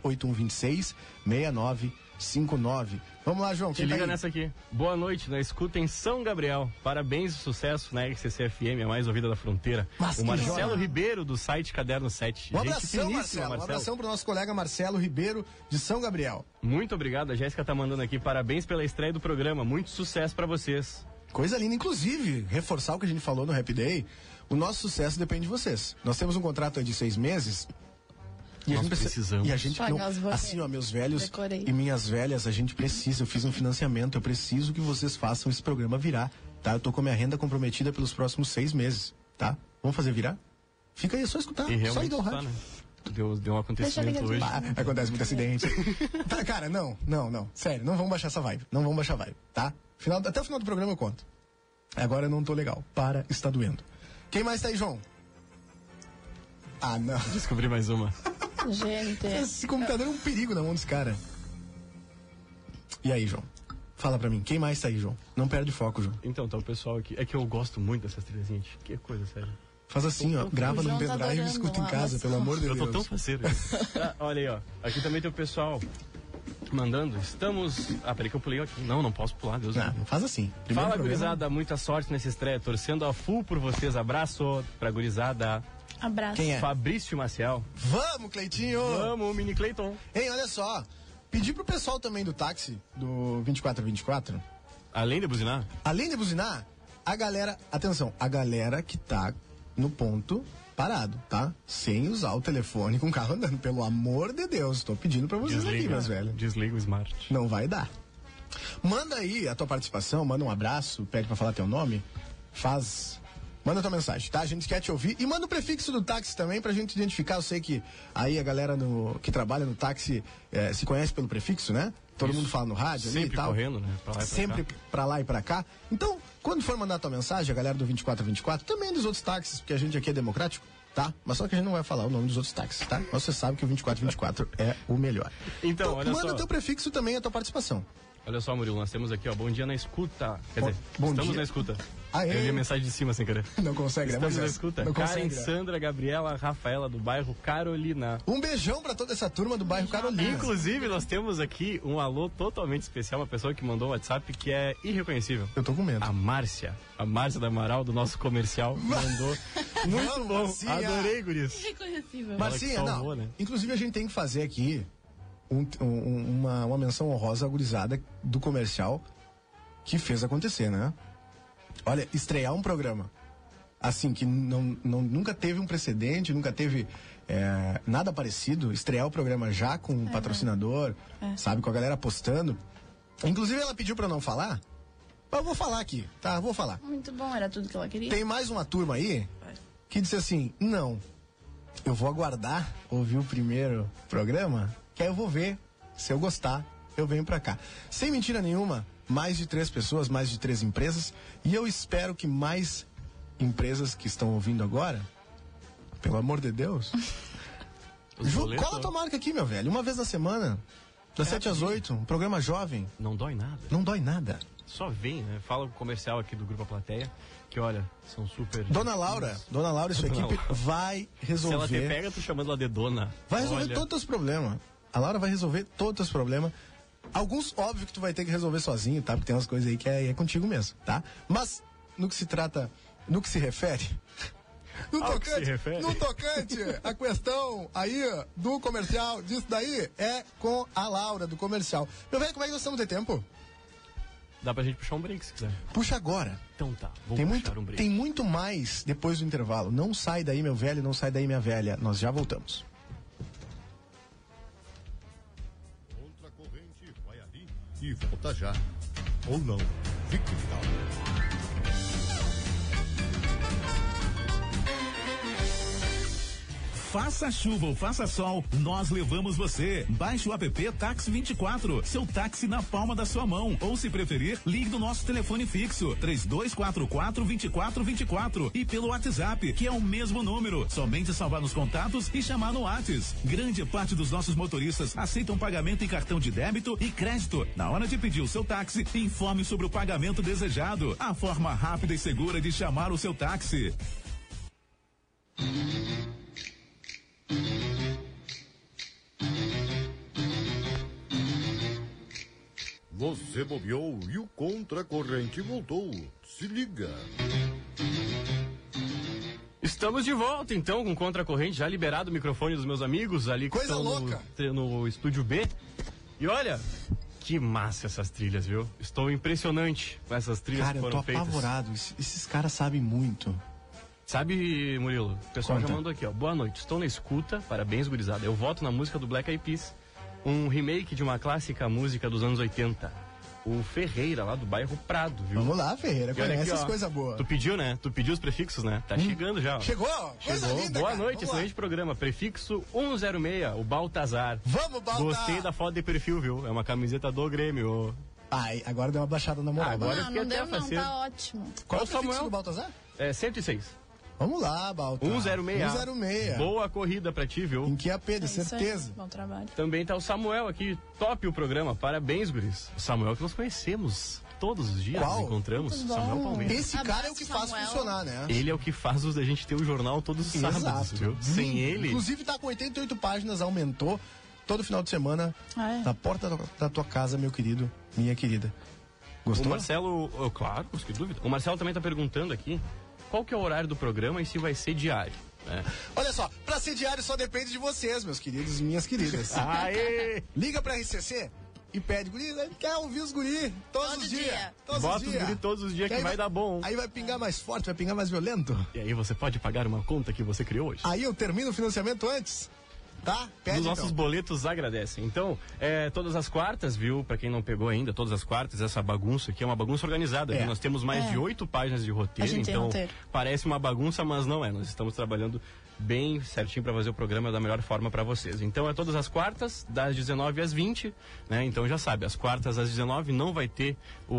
981266959. Vamos lá, João. Te liga nessa aqui. Boa noite, na escuta em São Gabriel. Parabéns e sucesso na RCC FM, a mais ouvida da fronteira. O Marcelo Ribeiro, do site Caderno 7. Um abração, Marcelo. Um abração pro nosso colega Marcelo Ribeiro, de São Gabriel. Muito obrigado. A Jéssica tá mandando aqui. Parabéns pela estreia do programa. Muito sucesso pra vocês. Coisa linda. Inclusive, reforçar o que a gente falou no Happy Day, o nosso sucesso depende de vocês. Nós temos um contrato aí de 6 meses. E nós precisamos. E a gente não, assim, ó, meus velhos e minhas velhas, a gente precisa. Eu fiz um financiamento, eu preciso que vocês façam esse programa virar, tá? Eu tô com a minha renda comprometida pelos próximos 6 meses, tá? Vamos fazer virar? Fica aí, é só escutar. Só ligar o rádio. Né? Deu um acontecimento hoje. Acontece muito acidente. Tá, cara, não. Sério, não vamos baixar essa vibe. Não vamos baixar a vibe, tá? Até o final do programa eu conto. Agora eu não tô legal. Está doendo. Quem mais tá aí, João? Ah, não. Descobri mais uma. Gente. Esse computador é um perigo na mão desse cara. E aí, João? Fala pra mim, quem mais tá aí, João? Não perde foco, João. Então, tá o pessoal aqui. É que eu gosto muito dessas trilhas, gente. Que coisa, sério. Faz assim, ó, grava num pendrive e escuta em casa, pelo amor de Deus. Eu tô tão faceiro. Olha aí, ó. Aqui também tem o pessoal mandando. Estamos... Ah, peraí que eu pulei aqui. Não posso pular, Deus. Não faz assim. Fala, gurizada, muita sorte nessa estreia. Torcendo a full por vocês. Abraço pra gurizada. Abraço. Quem é? Fabrício Maciel. Vamos, Cleitinho! Vamos, mini Cleiton. Ei, olha só. Pedi pro pessoal também do táxi, do 2424. Além de buzinar? Além de buzinar, a galera... Atenção, a galera que tá no ponto parado, tá? Sem usar o telefone com o carro andando. Pelo amor de Deus, tô pedindo pra vocês aqui, meus velhos. Desliga o smart. Não vai dar. Manda aí a tua participação, manda um abraço, pede pra falar teu nome, manda tua mensagem, tá? A gente quer te ouvir. E manda o prefixo do táxi também pra gente identificar. Eu sei que aí a galera que trabalha no táxi se conhece pelo prefixo, né? Todo mundo fala no rádio ali e tal. Correndo, né? Pra lá e pra sempre cá. Pra lá e pra cá. Então, quando for mandar tua mensagem, a galera do 2424, também dos outros táxis, porque a gente aqui é democrático, tá? Mas só que a gente não vai falar o nome dos outros táxis, tá? Mas você sabe que o 2424 é o melhor. Então, olha manda só. teu prefixo também a tua participação. Olha só, Murilo, nós temos aqui, ó, bom dia na escuta. Quer dizer, bom estamos dia. Na escuta. Aê. Eu li a mensagem de cima sem querer. Não consegue, Estamos né? na escuta. Não Karen, consegue. Sandra, Gabriela, Rafaela, do bairro Carolina. Um beijão pra toda essa turma do bairro Carolina. Inclusive, nós temos aqui um alô totalmente especial, uma pessoa que mandou o WhatsApp que é irreconhecível. Eu tô com medo. A Márcia da Amaral, do nosso comercial, mandou. Muito bom. Marcinha. Adorei, guris. Reconhecível. Marcinha, salvou, não. né? Inclusive, a gente tem que fazer aqui uma menção honrosa à gurizada do comercial que fez acontecer, né? Olha, estrear um programa assim, que nunca teve um precedente, nunca teve nada parecido, estrear o programa já com um patrocinador, sabe, com a galera apostando. Inclusive, ela pediu pra eu não falar, mas eu vou falar aqui, tá? Vou falar. Muito bom, era tudo que ela queria. Tem mais uma turma aí que disse assim, não, eu vou aguardar ouvir o primeiro programa, que aí eu vou ver, se eu gostar, eu venho pra cá. Sem mentira nenhuma, mais de 3 pessoas, mais de 3 empresas, e eu espero que mais empresas que estão ouvindo agora, pelo amor de Deus, cola tua marca aqui, meu velho, uma vez na semana, das 7 às 8, um programa jovem. Não dói nada. Não dói nada. Só vem, né? Fala com o comercial aqui do Grupo A Plateia, que olha, são super... Dona Laura e sua equipe vai resolver... Se ela te pega, tu chamando ela de dona. Vai resolver todos os teus problemas. A Laura vai resolver todos os teus problemas. Alguns, óbvio, que tu vai ter que resolver sozinho, tá? Porque tem umas coisas aí que é contigo mesmo, tá? Mas, no que se refere... No tocante, a questão aí do comercial, disso daí, é com a Laura, do comercial. Meu velho, como é que nós estamos de tempo? Dá pra gente puxar um break, se quiser. Puxa agora. Então tá, vou puxar um break. Tem muito mais depois do intervalo. Não sai daí, meu velho, não sai daí, minha velha. Nós já voltamos. Contra a corrente, vai ali e volta já. Ou não, fique ligado. Faça chuva ou faça sol, nós levamos você. Baixe o app Táxi 24, seu táxi na palma da sua mão. Ou, se preferir, ligue no nosso telefone fixo 3244-2424 e pelo WhatsApp, que é o mesmo número. Somente salvar nos contatos e chamar no WhatsApp. Grande parte dos nossos motoristas aceitam pagamento em cartão de débito e crédito. Na hora de pedir o seu táxi, informe sobre o pagamento desejado. A forma rápida e segura de chamar o seu táxi. Você bobeou e o contra-corrente voltou. Se liga. Estamos de volta, então, com Contra-Corrente. Já liberado o microfone dos meus amigos ali que Coisa estão louca. no estúdio B. E olha, que massa essas trilhas, viu? Estou impressionante com essas trilhas que foram feitas. Cara, eu tô apavorado. Esses caras sabem muito. Sabe, Murilo, o pessoal Conta. já mandou aqui, ó. Boa noite, estou na escuta, parabéns, gurizada. Eu voto na música do Black Eyed Peas, um remake de uma clássica música dos anos 80. o Ferreira, lá do bairro Prado, viu? Vamos lá, Ferreira, conhece aqui, essas coisas boas. Tu pediu, né? Tu pediu os prefixos, né? Tá chegando já. Ó. Chegou? Coisa linda, Boa cara. noite, excelente programa. Prefixo 106, o Baltazar. Vamos, Baltazar. Gostei da foto de perfil, viu? É uma camiseta do Grêmio. Ai, agora deu uma baixada na moral. Agora Não deu não, tá ótimo. Qual é o Samuel? prefixo do Baltazar? É 106. Vamos lá, Baltazar. 106. 106. Boa corrida pra ti, viu? Em que AP, de certeza. Bom trabalho. Também tá o Samuel aqui, top o programa. Parabéns, guris. O Samuel que nós conhecemos todos os dias. Qual? Nos encontramos. Samuel Palmeiras. Esse cara é o que faz Samuel. funcionar, né? Ele é o que faz a gente ter o jornal todos os sábados, Exato. viu? Sem ele... Inclusive tá com 88 páginas, aumentou todo final de semana na porta da tua casa, meu querido, minha querida. Gostou? O Marcelo, claro, que dúvida. O Marcelo também tá perguntando aqui qual que é o horário do programa e se vai ser diário. Né? Olha só, pra ser diário só depende de vocês, meus queridos e minhas queridas. Aê! Liga pra RCC e pede, guri, quer ouvir os guri todos os dias. Bota os guri todos os dias que vai dar bom. Aí vai pingar mais forte, vai pingar mais violento. E aí você pode pagar uma conta que você criou hoje. Aí eu termino o financiamento antes. Tá? Pede, Os nossos então. boletos agradecem. Então, todas as quartas, viu? Pra quem não pegou ainda, todas as quartas, essa bagunça aqui é uma bagunça organizada. Viu? Nós temos mais de 8 páginas de roteiro, então parece uma bagunça, mas não é. Nós estamos trabalhando bem certinho para fazer o programa da melhor forma para vocês. Então é todas as quartas, das 19 às 20, né? Então já sabe, as quartas às 19 não vai ter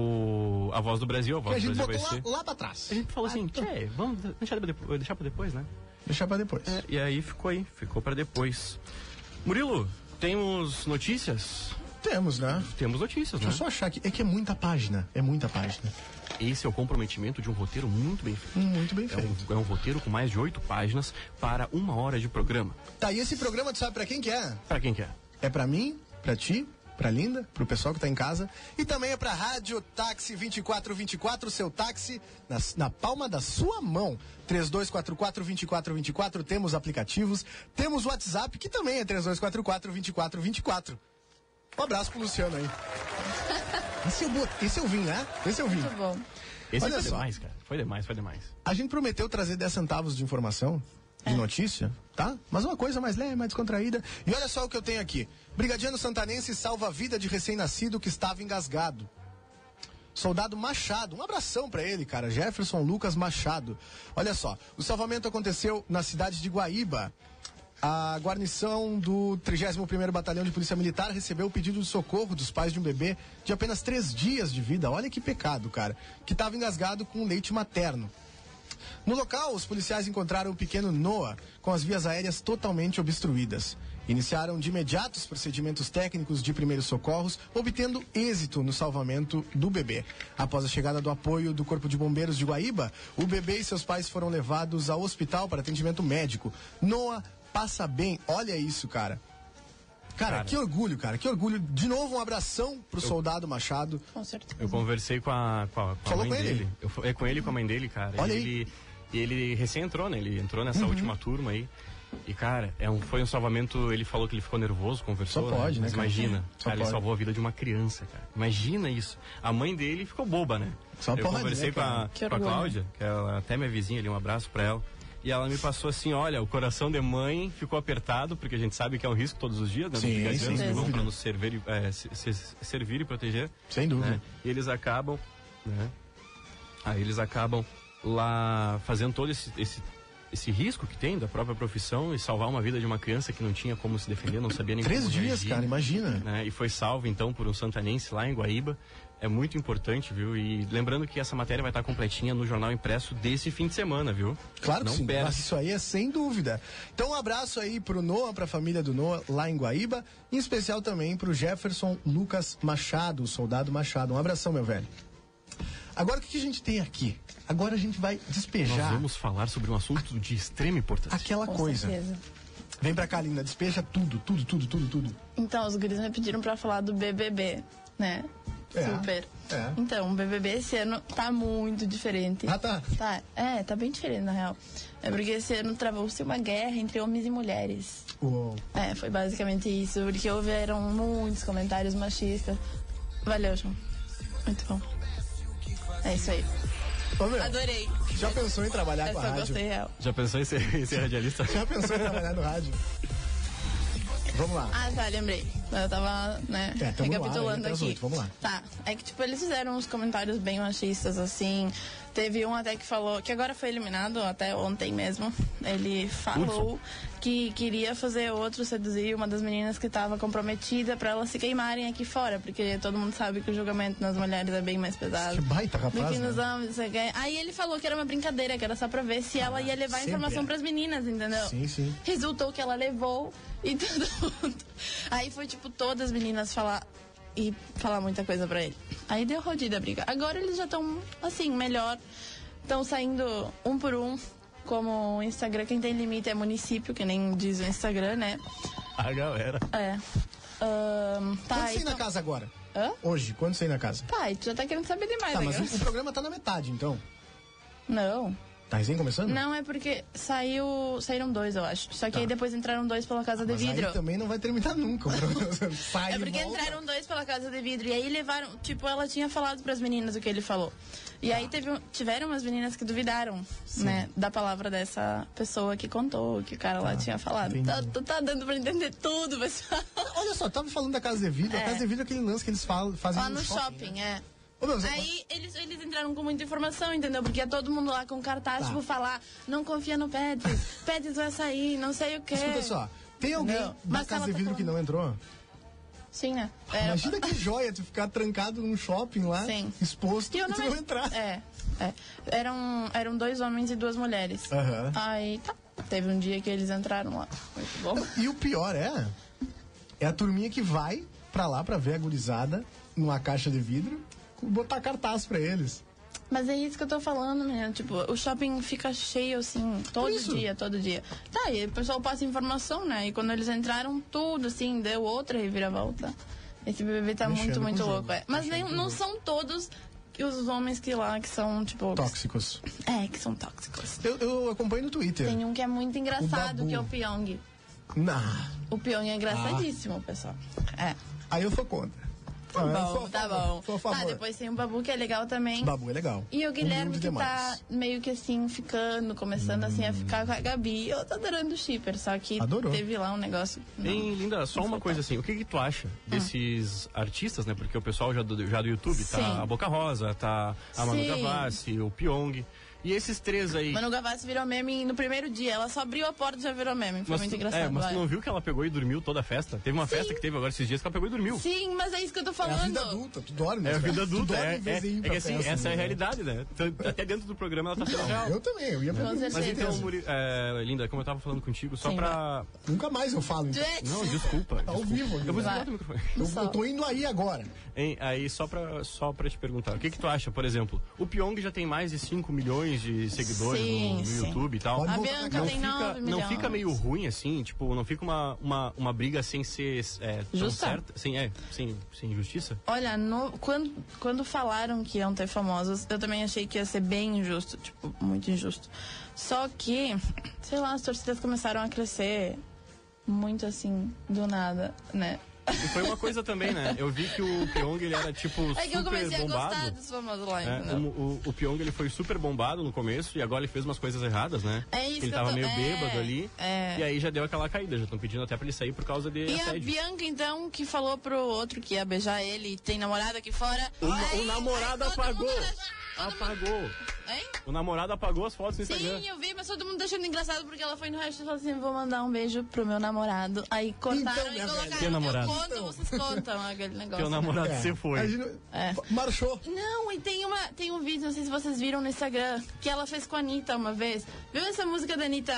a Voz do Brasil, a Voz do Brasil vai ser... lá pra trás. A gente falou assim, vamos deixar pra depois, né? Deixar pra depois. E aí ficou pra depois. Murilo, temos notícias? Temos, né? Temos notícias, Deixa eu só achar aqui. É que é muita página. Esse é o comprometimento de um roteiro muito bem feito. Muito bem feito. É um roteiro com mais de 8 páginas para 1 hora de programa. Tá, e esse programa tu sabe pra quem que é? Pra quem que é? É pra mim, pra ti, pra Linda, pro pessoal que tá em casa. E também é pra Rádio Táxi 2424, seu táxi na palma da sua mão. 3244-2424, temos aplicativos, temos o WhatsApp, que também é 3244-2424. Um abraço pro Luciano aí. Esse eu vim, né? Esse eu vim. Muito bom. Esse Olha foi só. demais, cara. Foi demais. A gente prometeu trazer 10 centavos de informação, de notícia, tá? Mas uma coisa mais leve, mais descontraída. E olha só o que eu tenho aqui. Brigadiano santanense salva a vida de recém-nascido que estava engasgado. Soldado Machado, um abração pra ele, cara. Jefferson Lucas Machado. Olha só, o salvamento aconteceu na cidade de Guaíba. A guarnição do 31º Batalhão de Polícia Militar recebeu o pedido de socorro dos pais de um bebê de apenas 3 dias de vida. Olha que pecado, cara. Que estava engasgado com leite materno. No local, os policiais encontraram o pequeno Noah com as vias aéreas totalmente obstruídas. Iniciaram de imediato os procedimentos técnicos de primeiros socorros, obtendo êxito no salvamento do bebê. Após a chegada do apoio do Corpo de Bombeiros de Guaíba, o bebê e seus pais foram levados ao hospital para atendimento médico. Noah passa bem, olha isso, cara. Cara, que orgulho, cara, que orgulho. De novo, um abração pro soldado Machado. Com certeza. Eu conversei com a Falou mãe com ele? dele. Com ele e com a mãe dele, cara. Olha Ele recém entrou, né? Ele entrou nessa última turma aí. E, cara, foi um salvamento. Ele falou que ele ficou nervoso, conversou. Só pode, né, Mas cara? imagina, Só cara, ele pode. salvou a vida de uma criança, cara. Imagina isso. A mãe dele ficou boba, né? Só Eu pode, conversei né, com cara? a Cláudia, que ela até minha vizinha ali, um abraço pra ela. E ela me passou assim, olha, o coração de mãe ficou apertado, porque a gente sabe que é um risco todos os dias, né? Sim, Dos brigadianos sem que vão dúvida. pra nos servir e proteger. Sem dúvida. Né? E eles acabam, né? Aí eles acabam lá fazendo todo esse risco que tem da própria profissão e salvar uma vida de uma criança que não tinha como se defender, não sabia nem 3 como dias, reagir, cara, imagina. né? E foi salvo então por um santanense lá em Guaíba. É muito importante, viu? E lembrando que essa matéria vai estar completinha no jornal impresso desse fim de semana, viu? Claro que Não sim, perde. mas isso aí é sem dúvida. Então um abraço aí pro Noah, pra família do Noah lá em Guaíba, em especial também pro Jefferson Lucas Machado, o soldado Machado. Um abração, meu velho. Agora o que a gente tem aqui? Agora a gente vai despejar Nós vamos falar sobre um assunto de extrema importância. aquela Com coisa. certeza. Vem pra cá, Linda, despeja tudo. Então, os guris me pediram pra falar do BBB, né? É, Super. é. Então, o BBB esse ano tá muito diferente. Ah, tá. Tá bem diferente, na real. É porque esse ano travou-se uma guerra entre homens e mulheres. Uou. É, foi basicamente isso, porque houveram muitos comentários machistas. Valeu, João. Muito bom. É isso aí. Ô, meu, Adorei. já pensou em trabalhar com a Essa eu rádio? gostei, real. Já pensou em ser radialista? Já pensou em trabalhar no rádio? Vamos lá. Ah, tá, lembrei. Eu tava, né, recapitulando aqui. 8, vamos lá. Tá, é que tipo, eles fizeram uns comentários bem machistas, assim. Teve um até que falou, que agora foi eliminado, até ontem mesmo. Ele falou que queria fazer outro seduzir uma das meninas que estava comprometida pra elas se queimarem aqui fora, porque todo mundo sabe que o julgamento nas mulheres é bem mais pesado. Que baita do rapaz, que nos né? homens, você quer. Aí ele falou que era uma brincadeira, que era só pra ver se ela ia levar informação pras meninas, entendeu? Sim, sim. Resultou que ela levou e todo mundo. Aí foi tipo todas as meninas falar muita coisa pra ele. Aí deu rodida a briga. Agora eles já estão assim, melhor. Estão saindo um por um. Como o Instagram, quem tem limite é município, que nem diz o Instagram, né? A galera. É. Quando você ir na casa agora? Hã? Hoje, quando você ir na casa? Pai, tu já tá querendo saber demais, Tá, né? mas o programa tá na metade, então. Não. Tá recém começando? Não, é porque saíram 2, eu acho. Só que aí depois entraram 2 pela Casa de Mas Vidro. aí também não vai terminar nunca. Sai É porque e volta. entraram 2 pela Casa de Vidro. E aí levaram, tipo, ela tinha falado pras meninas o que ele falou. E aí tiveram umas meninas que duvidaram, né, da palavra dessa pessoa que contou, que o cara lá tinha falado. Tu tá dando pra entender tudo, pessoal. Olha só, tava falando da Casa de Vidro. A Casa de Vidro é aquele lance que eles fazem Lá no shopping, né? é. Ô, meu, Aí eles entraram com muita informação, entendeu? Porque é todo mundo lá com cartaz, tipo, falar, não confia no Pets, Pets vai sair, não sei o quê. Escuta só, tem alguém Não. da Mas Casa ela de tá Vidro que falando. não entrou? Sim, né? Imagina que joia tu ficar trancado num shopping lá, Sim. exposto, E e eu tu não entrar. Eram 2 homens e 2 mulheres. Aham. Aí, tá. Teve um dia que eles entraram lá. Muito bom. E o pior é a turminha que vai pra lá pra ver a gurizada numa caixa de vidro, botar cartaz pra eles. Mas é isso que eu tô falando, menina. Tipo, o shopping fica cheio, assim, todo dia. Tá, e o pessoal passa informação, né? E quando eles entraram, tudo, assim, deu outra reviravolta. Esse BBB tá Mexendo muito com o jogo. louco, é. Mas não são todos os homens que lá, que são, tipo... Tóxicos. Que são tóxicos. Eu acompanho no Twitter. Tem um que é muito engraçado, Babu. que é o Pyong. Nah. O Pyong é engraçadíssimo, pessoal. É. Aí eu sou contra. Tá bom, tá bom. Sou a favor. Tá, depois tem o Babu, que é legal também. Babu é legal. E o Guilherme, Humilde que tá demais. meio que assim, começando assim a ficar com a Gabi. Eu tô adorando o shipper, só que Adorou. teve lá um negócio... Hein, Linda, só uma coisa assim, o que tu acha desses artistas, né? Porque o pessoal já do YouTube Sim. tá a Boca Rosa, tá a Manu Sim. Gavassi, o Pyong. E esses 3 aí... Manu Gavassi virou meme no primeiro dia. Ela só abriu a porta e já virou meme. Foi muito engraçado. mas tu vai. não viu que ela pegou e dormiu toda a festa? Teve uma festa que teve agora esses dias que ela pegou e dormiu. Sim, mas é isso que eu tô É falando. a vida adulta, tu dorme. É a né? vida Tu adulta, dorme em vez de ir pra que assim, festa, essa é a né? realidade, né? Até dentro do programa ela tá sendo real. Eu também, eu ia pra Com dormir. certeza. Mas então, Linda, como eu tava falando contigo, só Sim, pra... Nunca mais eu falo. Então. Não, desculpa. Ao vivo. Eu vou Vai. desligar o microfone. Eu tô indo aí agora. Hein, aí, só pra te perguntar, o que tu acha, por exemplo, o Pyong já tem mais de 5 milhões de seguidores Sim, no sim. YouTube e tal. Pode A voltar Bianca pra cá. tem 9 milhões. Não fica meio ruim, assim, tipo, não fica uma briga sem ser tão Justa? certa? Sem justiça? Olha, quando falaram que iam ter famosos, eu também achei que ia ser bem injusto, tipo, muito injusto. Só que, sei lá, as torcidas começaram a crescer muito assim, do nada, né? E foi uma coisa também, né? Eu vi que o Pyong, ele era, tipo, É que eu super comecei a gostar bombado. dos famosos lá, É, entendeu? o Pyong, ele foi super bombado no começo e agora ele fez umas coisas erradas, né? É isso Ele que eu tava tô- meio bêbado ali é. e aí já deu aquela caída. Já estão pedindo até pra ele sair por causa de E a assédio. Bianca, então, que falou pro outro que ia beijar ele e tem namorado aqui fora. O namorado todo apagou. mundo Apagou. Hein? O namorado apagou as fotos no Instagram. Sim, eu vi, mas todo mundo achando engraçado porque ela foi no hashtag e falou assim: vou mandar um beijo pro meu namorado. Aí cortaram Então, e minha colocaram. velha. Que namorado? Eu conto, vocês contam aquele negócio. Teu namorado É. você foi. Imagina, É. Marchou. Não, e tem um vídeo, não sei se vocês viram no Instagram, que ela fez com a Anitta uma vez. Viu essa música da Anitta,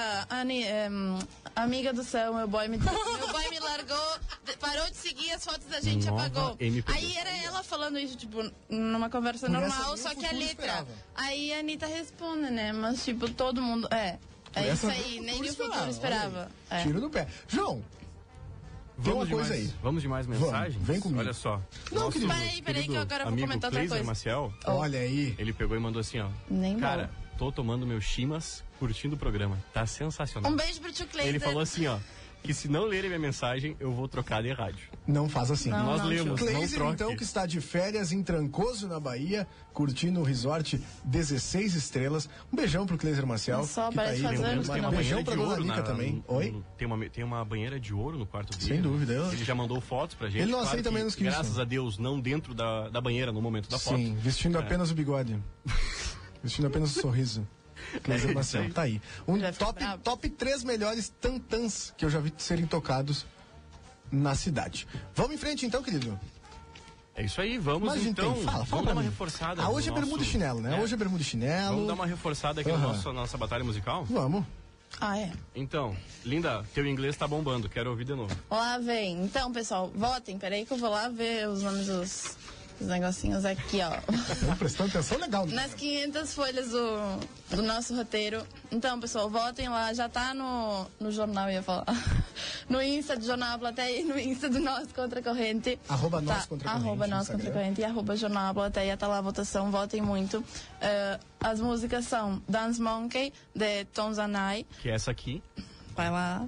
Amiga do Céu, meu boy me largou, parou de seguir, as fotos da gente Nova apagou. MPB. Aí era ela falando isso, tipo, numa conversa Por essa normal, linha só o que a futuro letra. esperava. Aí a Anitta responde, né? Mas, tipo, todo mundo. É isso Essa aí, o nem o futuro futuro esperava. olha aí. É. Tiro do pé. João, tem uma coisa aí. Vamos de mais mensagens? vem comigo. Olha só. Não, Nosso querido. Peraí, que querido agora eu vou amigo comentar outra Cleiser coisa. Maciel, Olha aí. ele pegou e mandou assim, ó. Nem Cara, bom. tô tomando meu chimas, curtindo o programa. Tá sensacional. Um beijo pro tio Cleiser. Ele falou assim, ó. que se não lerem minha mensagem, eu vou trocar de rádio. Não faz assim. Não, Nós não, lemos, não Cleiser, troque. então, que está de férias em Trancoso, na Bahia, curtindo o resort 16 estrelas. Um beijão pro Cleiser Marcial. Só que tá parece aí. faz anos que Um não. beijão banheira pra de dona ouro Lica também. Oi? Tem uma banheira de ouro no quarto dele. Sem dúvida. Ele já mandou fotos pra gente. Ele não claro aceita menos que isso. Graças a Deus, não dentro da banheira no momento da foto. Sim, vestindo apenas o bigode. Vestindo apenas o sorriso. Cleiser Marcial, tá aí. Já fica bravo. Top 3 melhores tantãs que eu já vi serem tocados na cidade. Vamos em frente então, querido. É isso aí, vamos Mas, então. fala Vamos dar uma pra mim. reforçada. Hoje é no bermuda e chinelo, né? Hoje é bermuda e chinelo. Vamos dar uma reforçada aqui na nossa batalha musical? Vamos. Ah, é? Então, Linda, teu inglês tá bombando, quero ouvir de novo. Lá vem. Então, pessoal, votem. Peraí que eu vou lá ver os nomes dos negocinhos aqui, ó. Estão prestando atenção legal. Nas 500 folhas do nosso roteiro. Então, pessoal, votem lá. Já tá no jornal, ia falar. No Insta do Jornal Plateia e no Insta do Nós Contra a Corrente. Arroba Nós Contra a Corrente, Arroba Nós Instagram. Contra a Corrente e arroba Jornal Plateia. Tá lá a votação, votem muito. As músicas são Dance Monkey, de Tom Zanai. Que é essa aqui. Vai lá.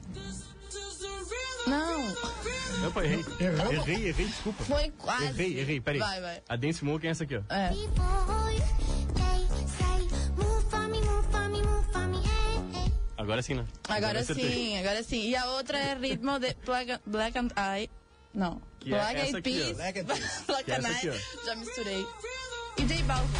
Não, Opa, errei. Erramos? Errei, desculpa. foi quase. Errei, peraí. Vai. A Dance Monkey é essa aqui, ó. É. Agora sim, né? Agora acertei. sim. E a outra é ritmo de Black and Eye. Não. Que é Black essa Eyed aqui, ó. Peas. Black Eyed Peas. Black Que é and essa Eye. aqui, Já misturei. E J Balvin.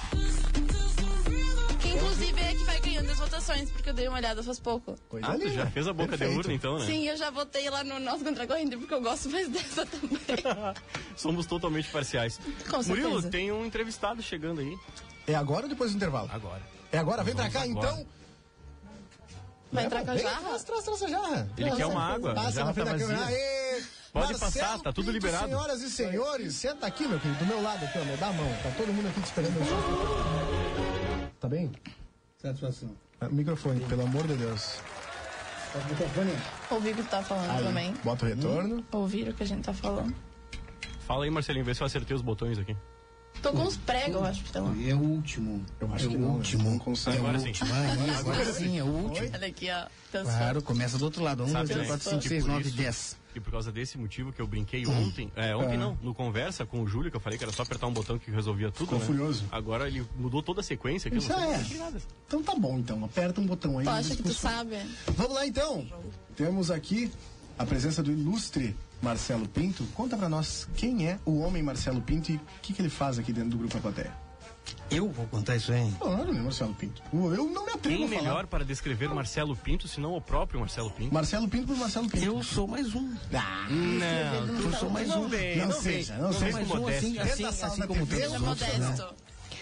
Que inclusive é que vai ganhando as votações, porque eu dei uma olhada faz pouco. Coisa Ah, tu linda. já fez a boca Perfeito. de urna então, né? Sim, eu já votei lá no Nosso Contra a Corrente, porque eu gosto mais dessa também. Somos totalmente parciais. Com certeza. Murilo, tem um entrevistado chegando aí. É agora ou depois do intervalo? Agora. É agora? Vem pra cá, Vamos agora. então. Vai entrar com a Vem, jarra? Traz a jarra. Ele Com quer uma certeza. água, a Passa jarra na tá frente da câmera. vazia. Aê! Pode Marcelo passar, tá tudo Pinto, liberado. Senhoras e senhores, senta aqui, meu querido, do meu lado aqui, ó, me dá a mão. Tá todo mundo aqui te esperando. Tá bem? Satisfação. Microfone, pelo amor de Deus. Tá com o microfone? Ouvi o que tu tá falando Aí, também. bota o retorno. Ouviram o que a gente tá falando. Fala aí, Marcelinho, vê se eu acertei os botões aqui. Tô com uns pregos, eu acho, pelo É o último. Eu acho é que o não, último. não consegue. Agora sim. Agora sim, é o último. Olha aqui, ó. Claro, começa do outro lado. 1, 2, Sabe, 3, 4, né? 5, 6, E por 9, isso- 10. E por causa desse motivo que eu brinquei ontem, ontem não, no conversa com o Júlio, que eu falei que era só apertar um botão que resolvia tudo, Ficou né? furioso. Agora ele mudou toda a sequência aqui. eu Isso não sei é. não sei nada. Então tá bom, então. Aperta um botão aí. Tu no acha que tu discurso. sabe? Vamos lá, então. Temos aqui a presença do ilustre Marcelo Pinto. Conta pra nós quem é o homem Marcelo Pinto e o que ele faz aqui dentro do Grupo A Plateia. Eu vou contar isso aí. Claro, né, Marcelo Pinto? Eu não me atrevo Quem a falar. melhor para descrever Marcelo Pinto, se não o próprio Marcelo Pinto? Marcelo Pinto por Marcelo Pinto. Eu sou mais um. Ah, Não, Eu sou mais um. vem, Não não seja, vem. não Não seja vem mais com um, assim, modéstia. assim como TV, todos Seja os outros, né? modesto.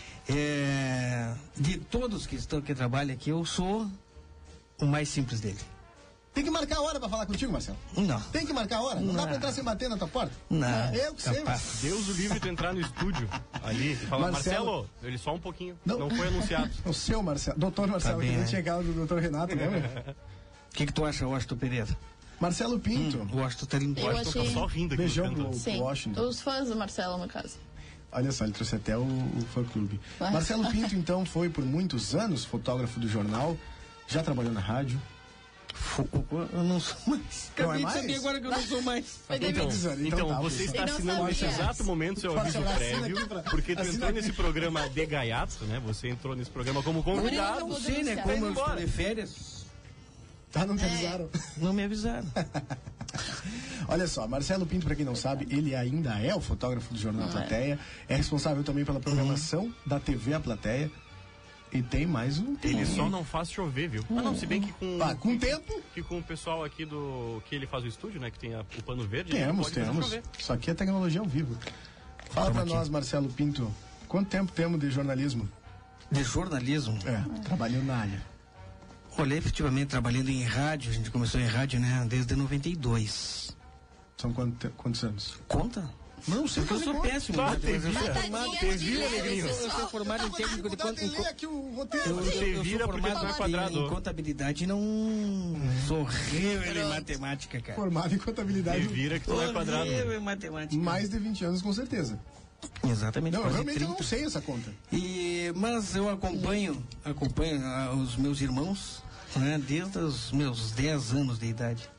De todos que trabalham aqui, eu sou o mais simples dele. tem que marcar a hora pra falar contigo, Marcelo. Não. Tem que marcar a hora. Não dá pra entrar sem bater na tua porta. Não. Eu que sei, Capaz. Deus o livre de entrar no estúdio ali e falar, Marcelo. Marcelo, ele só um pouquinho, Não. não foi anunciado. O seu Marcelo. Doutor Marcelo, bem, que nem né? tinha aquela do doutor Renato, lembra? O que tu acha, Washington Pereira? Marcelo Pinto. O Washington tá lindo. Eu Eu tô achei- só rindo aqui. Beijão cantando. pro Sim. Washington. Os fãs do Marcelo, no caso. Olha só, ele trouxe até o fã-clube. Ah. Marcelo Pinto, então, foi por muitos anos fotógrafo do jornal, já trabalhou na rádio. Eu não sou mais. Não é Acabei de mais? saber agora que eu não sou mais. Foi demitido. Então, tá, você está Ele não assinando nesse sabia. exato momento seu aviso Assina prévio, aqui pra- porque tu assina entrou aqui. nesse programa de gaiato, né? Você entrou nesse programa como convidado. Eu não sei, né? Como eu estou de férias, Tá, não te avisaram? não me avisaram. Olha só, Marcelo Pinto, pra quem não sabe, ele ainda é o fotógrafo do Jornal Plateia, é responsável também pela programação da TV A Plateia e tem mais um... Ele só não faz chover, viu? Ah, não, se bem que com... Ah, com o tempo, Que com o pessoal aqui do... Que ele faz o estúdio, né? Que tem o pano verde. ele temos. pode fazer chover. Isso aqui é tecnologia ao vivo. Fala pra nós, Marcelo Pinto, quanto tempo temos de jornalismo? De jornalismo. Trabalhando na área. Olha, efetivamente, trabalhando em rádio, a gente começou em rádio, né? Desde 92. São quantos anos? Conta? Não sei Porque eu sou péssimo. Tá, né? te Mas eu sou vira. formado- Te vira, negrinho. Eu sou formado em técnico de conta. aqui o roteiro. Eu Te sou vira porque tu não é formado quadrado. em contabilidade e não sou horrível em matemática, cara. Formado em contabilidade. Ele vira que tu não é quadrado. Horrível em matemática. Mais de 20 anos, com certeza. Exatamente, Não, eu quase realmente 30. não sei essa conta. Mas eu acompanho os meus irmãos, né, desde os meus 10 anos de idade.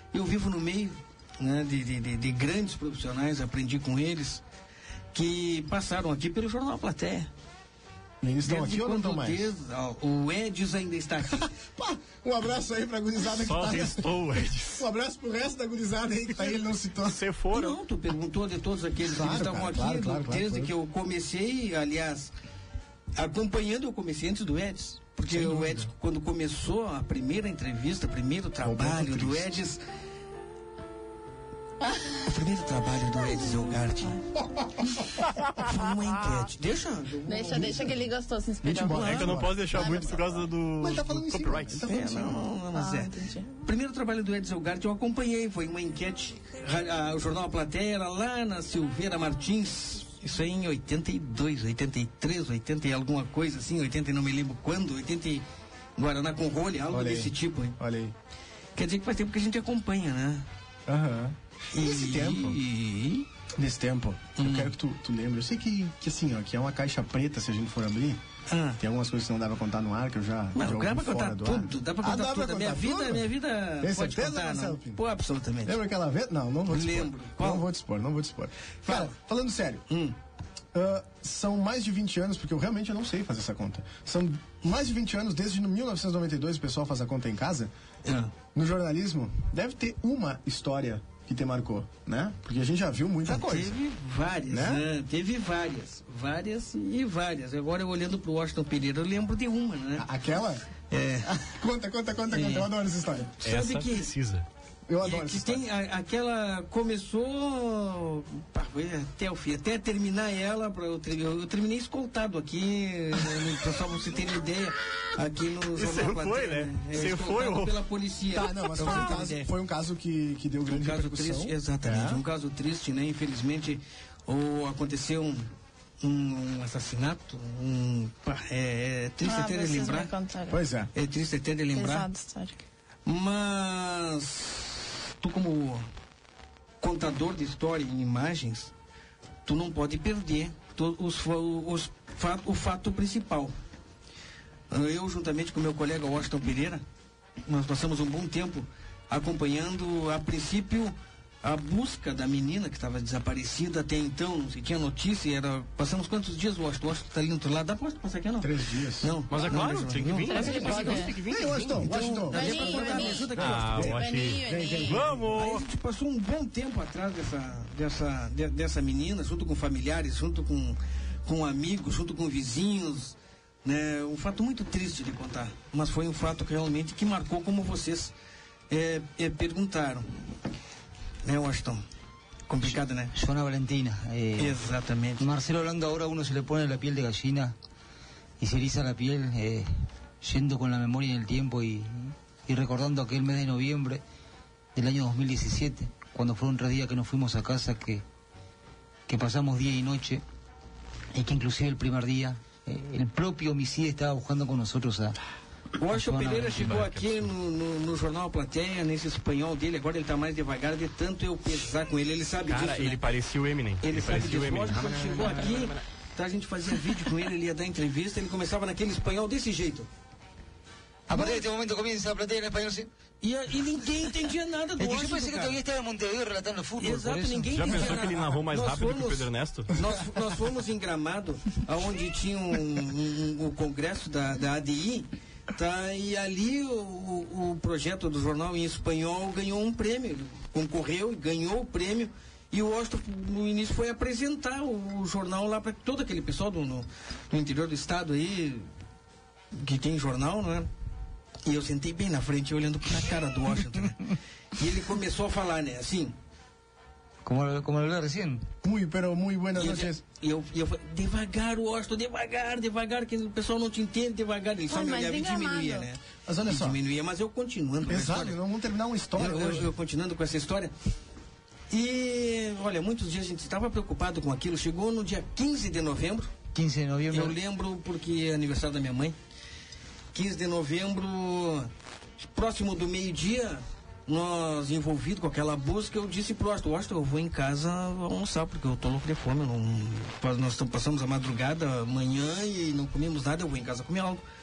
Eu vivo no meio, né, de grandes profissionais, aprendi com eles, que passaram aqui pelo Jornal A Plateia. Eles estão aqui ou não estão mais? O Edis ainda está aqui. Pá, um abraço aí pra gurizada que Só tá. restou o Edis. Um abraço pro resto da gurizada aí que tá aí, ele não citou. Você foram? Não, tu perguntou de todos aqueles que estavam aqui, desde que eu comecei, aliás, acompanhando, eu comecei antes do Edis. Porque o Edis, quando começou a primeira entrevista, o primeiro trabalho do Edis... O primeiro trabalho do Edis Elgarte foi uma enquete. Deixa que ele gostou, se inspirou. É que eu não posso deixar muito por causa do Mas tá falando copyright. O primeiro trabalho do Edis Elgarte eu acompanhei, foi uma enquete. O Jornal A Plateia era lá na Silveira Martins. Isso aí em 82, 83, 80 e alguma coisa assim, 80 e não me lembro quando, 80 e Guaraná com rolha, algo desse tipo, hein? Olha aí. Quer dizer que faz tempo que a gente acompanha, né? Aham. Nesse tempo, eu quero que tu lembre. Eu sei que assim, ó, que é uma caixa preta se a gente for abrir. Tem algumas coisas que não dá pra contar no ar, que eu já. Mas dá pra fora contar do tudo, ar. dá pra contar tudo. Minha vida Tem pode certeza, contar, Marcelo não? Pinto? Pô, absolutamente. Lembra aquela vez? Não vou te expor. Lembro. Qual? Não vou te expor. Cara, falando sério. São mais de 20 anos, porque eu realmente não sei fazer essa conta. São mais de 20 anos, desde 1992 o pessoal faz a conta em casa. No jornalismo, deve ter uma história que te marcou, né? Porque a gente já viu muita coisa. Teve várias, né? Teve várias e várias. Agora, eu olhando pro Washington Pereira, eu lembro de uma, né? Aquela? Conta. Eu adoro essa história. Sabe que precisa. Eu adoro essa história. Tem aquela começou até o fim, até terminar ela, eu terminei escoltado aqui, só pra você ter uma ideia, aqui no Jornal Plateia. Foi, né? Você foi pela polícia. Tá, não, mas foi um caso que deu grande repercussão. Triste, exatamente, um caso triste, né? Infelizmente, aconteceu um assassinato, é triste até de lembrar. Pois é. É triste até de lembrar. Mas tu, como contador de história em imagens, tu não pode perder o fato principal. Eu, juntamente com meu colega Washington Pereira, nós passamos um bom tempo acompanhando, a princípio, a busca da menina que estava desaparecida. Até então não se tinha notícia. Passamos quantos dias, Washington? O Washington está ali no outro lado. Dá pra passar aqui, não? 3 dias. Não. Mas é claro, tem que vir. Tem que vir. Ei, Washington. Me ajuda aqui, Vamos! Aí a gente passou um bom tempo atrás dessa menina, junto com familiares, junto com amigos, junto com vizinhos, né? Um fato muito triste de contar, mas foi um fato que realmente que marcou, como vocês perguntaron, Washington. Complicado, ¿no? Joana Valentina. Exactamente. Marcelo, hablando ahora, uno se le pone la piel de gallina y se eriza la piel, yendo con la memoria en el tiempo y recordando aquel mes de noviembre del año 2017, cuando fueron 3 días que nos fuimos a casa, que pasamos día y noche, y que inclusive el primer día el propio homicida estaba buscando con nosotros a... O Washington Pereira chegou aqui no Jornal A Plateia, nesse espanhol dele. Agora ele está mais devagar, de tanto eu pesar com ele. Ele sabe disso, ele parecia o Eminem. Ele sabe disso. O Washington, quando chegou aqui, a gente fazia vídeo com ele, ele ia dar entrevista, ele começava naquele espanhol desse jeito. A partir de este momento comienza a Plateia en español, ¿sí? E ninguém entendia nada do Washington. Eu pensei que todavía estava em Montevideo relatando futebol. Exato, ninguém já entendia pensou nada. que ele narrou mais rápido que o Pedro Ernesto? Nós fomos em Gramado, onde tinha o congresso da ADI, tá, e ali o projeto do jornal em espanhol ganhou um prêmio, concorreu e ganhou o prêmio. E o Washington, no início, foi apresentar o jornal lá para todo aquele pessoal no interior do estado aí, que tem jornal, não é? E eu sentei bem na frente, olhando na cara do Washington, né? E ele começou a falar, né, assim... Como hablé recién. Muy buenas noches. E eu falei, devagar, Washington, devagar, que o pessoal não te entende, devagar. Ele só me olhava e diminuía, né? Mas olha só. Diminuía, mas eu continuando com a história. Exato, vamos terminar uma história hoje. Eu continuando com essa história. E, olha, muitos dias a gente estava preocupado com aquilo. Chegou no dia 15 de novembro. 15 de novembro. Eu lembro porque é aniversário da minha mãe. 15 de novembro, próximo do meio-dia, nós envolvidos com aquela busca, eu disse pro Washington, eu vou em casa almoçar, porque eu tô louco de fome. Nós passamos a madrugada, amanhã, e não comemos nada, eu vou em casa comer algo.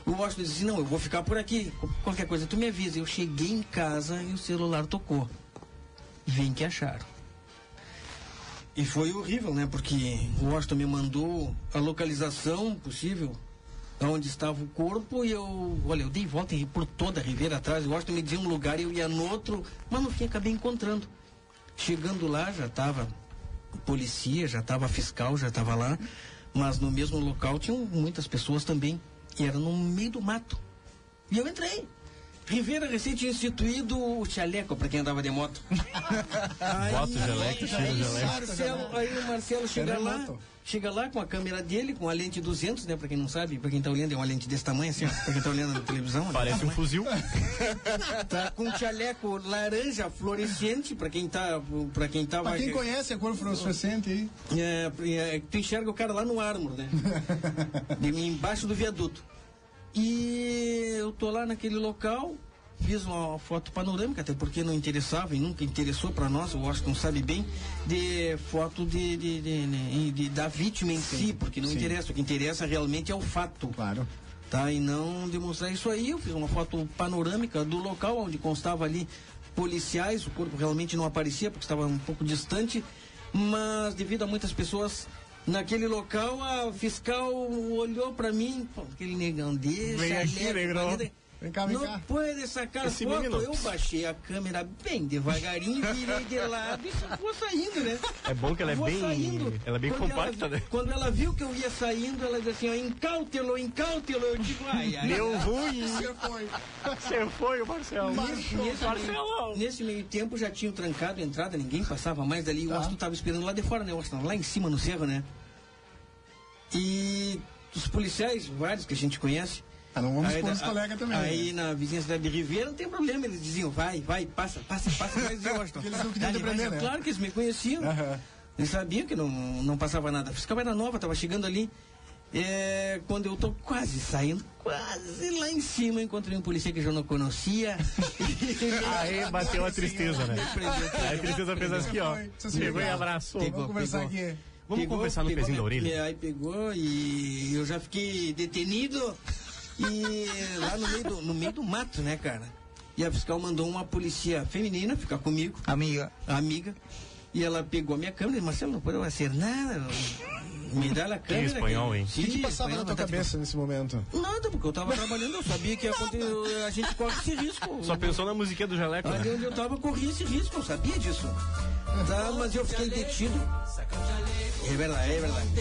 O Washington disse, não, eu vou ficar por aqui, qualquer coisa tu me avisa. Eu cheguei em casa e o celular tocou. Vem que acharam. E foi horrível, né? Porque o Washington me mandou a localização possível, onde estava o corpo, e eu dei volta por toda a Ribeira atrás. O Washington me dizia um lugar e eu ia no outro, mas no fim acabei encontrando. Chegando lá, já estava polícia, já estava fiscal, já estava lá, mas no mesmo local tinham muitas pessoas também. E era no meio do mato. E eu entrei. Ribeira recém tinha instituído o chaleco para quem andava de moto. Bota o jaleco, tira o jaleco. Aí o Marcelo chega lá com a câmera dele, com a lente 200, né? Para quem não sabe, para quem tá olhando, é uma lente desse tamanho, assim, para quem tá olhando na televisão. Parece um fuzil. Tá com um chaleco laranja fluorescente, para quem tava... Pra quem conhece a cor fluorescente aí. Tu enxerga o cara lá no Armor, né? Embaixo do viaduto. E eu tô lá naquele local, fiz uma foto panorâmica, até porque não interessava e nunca interessou para nós, eu acho que não sabe bem, de foto da vítima em si, porque não interessa, o que interessa realmente é o fato. Claro. Tá, e não demonstrar isso aí. Eu fiz uma foto panorâmica do local onde constava ali policiais, o corpo realmente não aparecia porque estava um pouco distante, mas devido a muitas pessoas naquele local, a fiscal olhou pra mim, aquele negão desse. Vem aqui, negão. Vem cá, vem cá. Não pode sacar foto. Eu baixei a câmera bem devagarinho, virei de lado e vou saindo, né? É bom que ela é bem compacta, né? Quando ela viu que eu ia saindo, ela disse assim, ó, incautelo. Eu digo, ai. Deu ruim. Você foi, Marcelo. Nesse meio tempo já tinham trancado a entrada, ninguém passava mais dali. O Austin estava esperando lá de fora, né? O Austin lá em cima no cerro, né? E os policiais, vários que a gente conhece. Não vamos expor os colegas também. Aí na vizinhança de Ribeira não tem problema, eles diziam, vai, passa, mas eu acho. Eles não queriam aprender, né? Claro que eles me conheciam. Eles sabiam que não passava nada. A fiscal era nova, estava chegando ali. Quando eu tô quase saindo, quase lá em cima, encontrei um policial que eu já não conhecia. Aí bateu a tristeza, né? Aí a tristeza fez assim, ó. Pegou e abraçou. Vamos conversar aqui. Vamos conversar no pezinho da orelha. Aí pegou e eu já fiquei detenido. E lá no meio do mato, né, cara? E a fiscal mandou uma polícia feminina ficar comigo. Amiga. E ela pegou a minha câmera e disse, Marcelo, não pode fazer nada. Me dá a câmera. Tem espanhol, hein? O que passava na tua cabeça nesse momento? Nada, porque eu tava trabalhando, eu sabia que a gente corre esse risco. Só pensou na musiquinha do jaleco, ali onde eu tava, corria esse risco, eu sabia disso. Tá, mas eu fiquei detido. É verdade.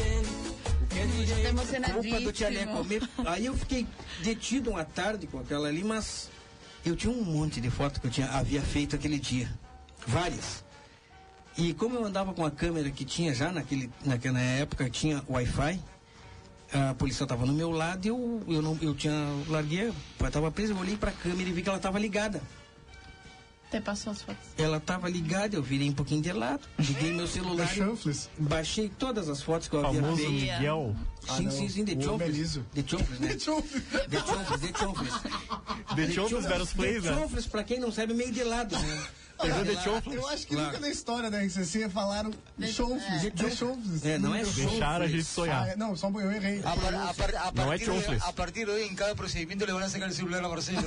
Culpa do chaleco. Aí eu fiquei detido uma tarde com aquela ali, mas eu tinha um monte de fotos que havia feito aquele dia. Várias. E como eu andava com a câmera que tinha já naquela época, tinha Wi-Fi, a polícia estava no meu lado e eu larguei, estava preso, eu olhei para a câmera e vi que ela estava ligada. Até passou as fotos. Ela estava ligada, eu virei um pouquinho de lado, liguei meu celular, baixei todas as fotos que eu havia feito. Famoso Miguel. Sim, de Chonfles. De Chonfles, né? De Chonfles, Veros Plays, né? De Chonfles, pra quem não sabe, meio de lado, né? Eu acho que nunca na história da RCC falaram de Chonfles. Não é Chonfles. Deixaram a gente sonhar. Não, só eu errei. Não é Chonfles. A partir de hoy, en cada procedimiento le van a sacar el celular a Marcelo.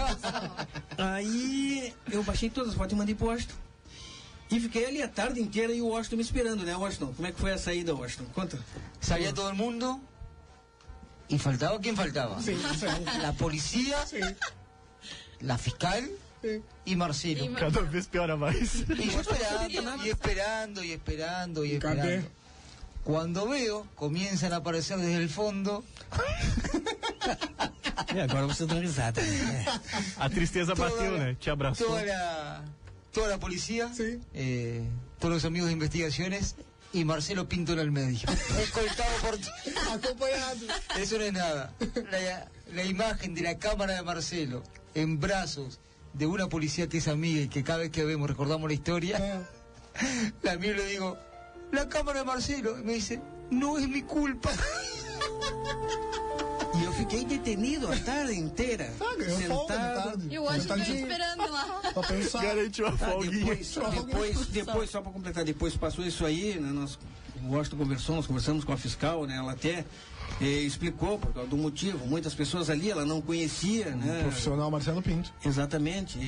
Aí eu baixei todas as fotos e mandei pro Washington. E fiquei ali a tarde inteira e o Washington me esperando, né, Washington? Como é que foi a saída, Washington? Conta. Salía todo el mundo y faltaba, ¿quién faltaba? Sí. La policía, la fiscal y Marcelo. Cada vez piora mais. Y yo esperando. Cuando veo, comienzan a aparecer desde el fondo. Agora você dá risada. A tristeza bateu, né? Te abraçou. Toda la policía, todos los amigos de investigaciones y Marcelo Pinto en el medio. Escoltado por... Acompañado. Eso no es nada. La imagen de la cámara de Marcelo en brazos de una policía que es amiga y que cada vez que vemos recordamos la historia. La miro y le digo, la cámara de Marcelo. Y me dice, no es mi culpa. E eu fiquei detenido a tarde inteira. Sentado. E o Washington esperando lá. Pra pensar. Garantiu a folguinha. Depois, só pra completar, depois passou isso aí, né, nós O Washington conversou, nós conversamos com a fiscal, né? Ela até explicou por causa do motivo. Muitas pessoas ali ela não conhecia, né? O profissional Marcelo Pinto. Exatamente.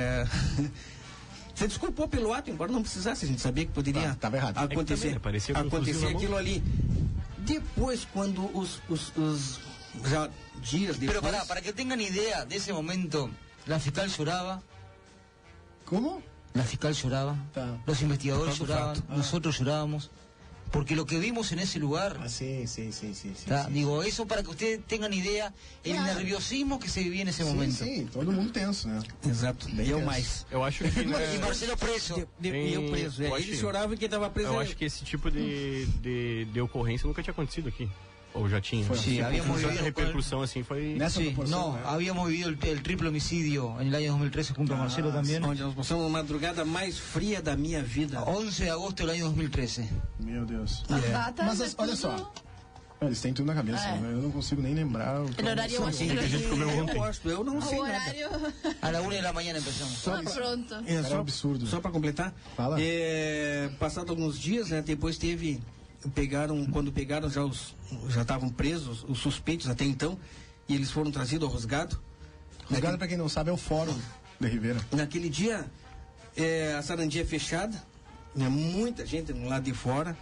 Você desculpou pelo ato, embora não precisasse, a gente sabia que poderia tava errado. acontecer, acontecer aquilo ali. Depois, quando já dias depois... Pero para que tengan idea de ese momento, la fiscal lloraba. ¿Cómo? La fiscal lloraba, los investigadores lloraban, nosotros llorábamos, porque lo que vimos en ese lugar... sí. Digo, eso para que ustedes tengan idea, el nerviosismo que se vivía en esse momento. Sim, todo mundo tenso, né? Exato, eu mais. Eu acho que... E Marcelo preso. Eu preso, ele chorava e quem estava preso... Eu acho que esse tipo de ocorrência nunca tinha acontecido aqui. Ou já tinha? Sí, habíamos vivido repercussão assim foi... Nessa proporção, no, habíamos vivido el triple homicidio en el año 2013 junto a Marcelo también. Onde nós passamos a madrugada mais fria da minha vida. 11 de agosto del año 2013. Meu Deus. Mas olha só. Eles têm tudo na cabeça, eu não consigo nem lembrar. O horário eu acho que a gente comeu ontem. Eu não sei nada. A la 1 de la mañana empezamos. Pronto. Era um absurdo. Só para completar, Fala. Passado alguns dias, né, depois quando pegaram já estavam presos os suspeitos até então, e eles foram trazidos ao Rosgado. Rosgado, para quem não sabe, é o Fórum de Ribeira. Naquele dia, a sarandia fechada, né, muita gente no lado de fora,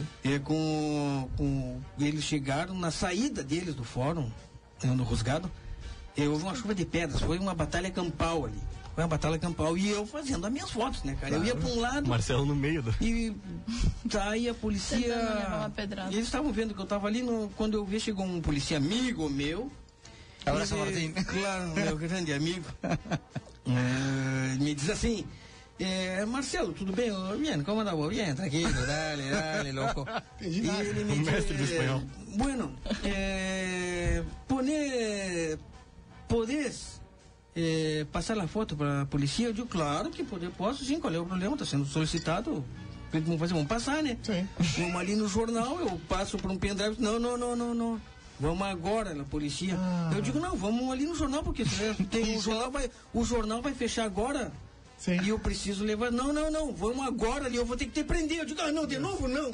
eles chegaram na saída deles do Fórum, no Rosgado, houve uma chuva de pedras, foi uma batalha campal ali. Foi uma batalha campal e eu fazendo as minhas fotos, né, cara? Claro. Eu ia para um lado. Marcelo no meio do... E aí a polícia. E eles estavam vendo que eu estava ali, quando eu vi, chegou um polícia amigo meu. Abraço, Martim. Claro, meu grande amigo. Me diz assim: Marcelo, tudo bem? Bien, ¿cómo andamos? Bien, tranquilo, dale, loco. E ele me mestre do espanhol. Bueno, ¿podés passar a foto para a polícia? Eu digo, claro que posso, sim, qual é o problema? Está sendo solicitado. O que vamos fazer? Vamos passar, né? Sim. Vamos ali no jornal, eu passo por um pendrive. Não. Vamos agora na polícia. Eu digo, não, vamos ali no jornal, porque tem o jornal vai fechar agora. Sim. E eu preciso levar. Não, vamos agora ali, eu vou ter que te prender. Eu digo, não, de novo não.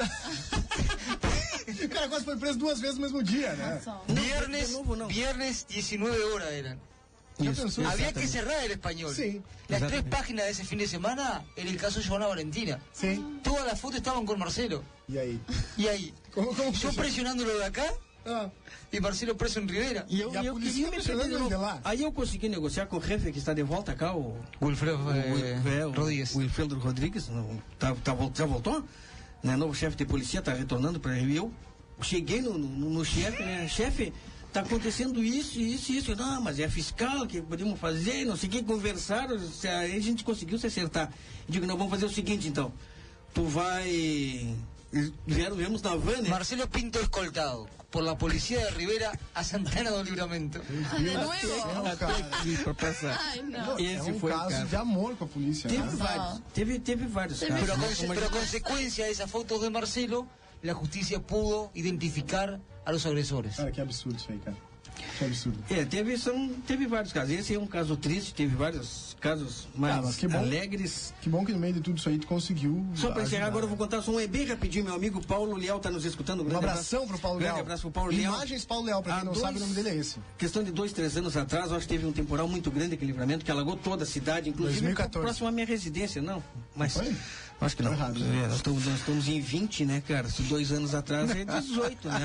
O cara quase foi preso 2 vezes no mesmo dia, né? Viernes 19 horas eran. Había que cerrar el español. Sí. Las 3 páginas de ese fin de semana era el caso de Joana Valentina. Sí. Todas las fotos estaban con Marcelo. E aí? ¿Cómo yo presionándolo de acá y Marcelo preso en Rivera. E eu queria me prender de novo. Aí eu consegui negociar com o jefe que está de volta cá, o Wilfredo Rodrigues. Wilfredo Rodrigues, já voltou? Né? Novo chefe de polícia, está retornando para eu. Cheguei no chefe, né? Chefe, está acontecendo isso. Não, mas é a fiscal que podemos fazer, não sei o que, conversaram, aí a gente conseguiu se acertar. Eu digo, não, vamos fazer o seguinte então. Tu vai... Viemos na van, né? Marcelo Pinto escoltado por la policía de Rivera a Santana do Livramento. De nuevo? Para passar. Ai, não. Esse foi caso de amor com a polícia. Teve vários casos. Pero a consecuencia de esas fotos de Marcelo, la justicia pudo identificar a los agresores. Cara, que absurdo isso aí, cara. Que absurdo. Teve vários casos. Esse é um caso triste, teve vários casos mais alegres. Que bom que no meio de tudo isso aí tu conseguiu. Só para encerrar, agora eu vou contar só bem rapidinho. Meu amigo Paulo Leal está nos escutando. Um abração pro Paulo Leal. Grande abraço pro Paulo Leal. Imagens Paulo Leal, para quem não sabe, o nome dele é esse. Questão de 2, 3 anos atrás, eu acho que teve um temporal muito grande aqui em Livramento, que alagou toda a cidade, inclusive 2014. próximo à minha residência, não. Mas foi? Acho que não. Errado, nós estamos em 20, né, cara? Se 2 anos atrás é 18, né?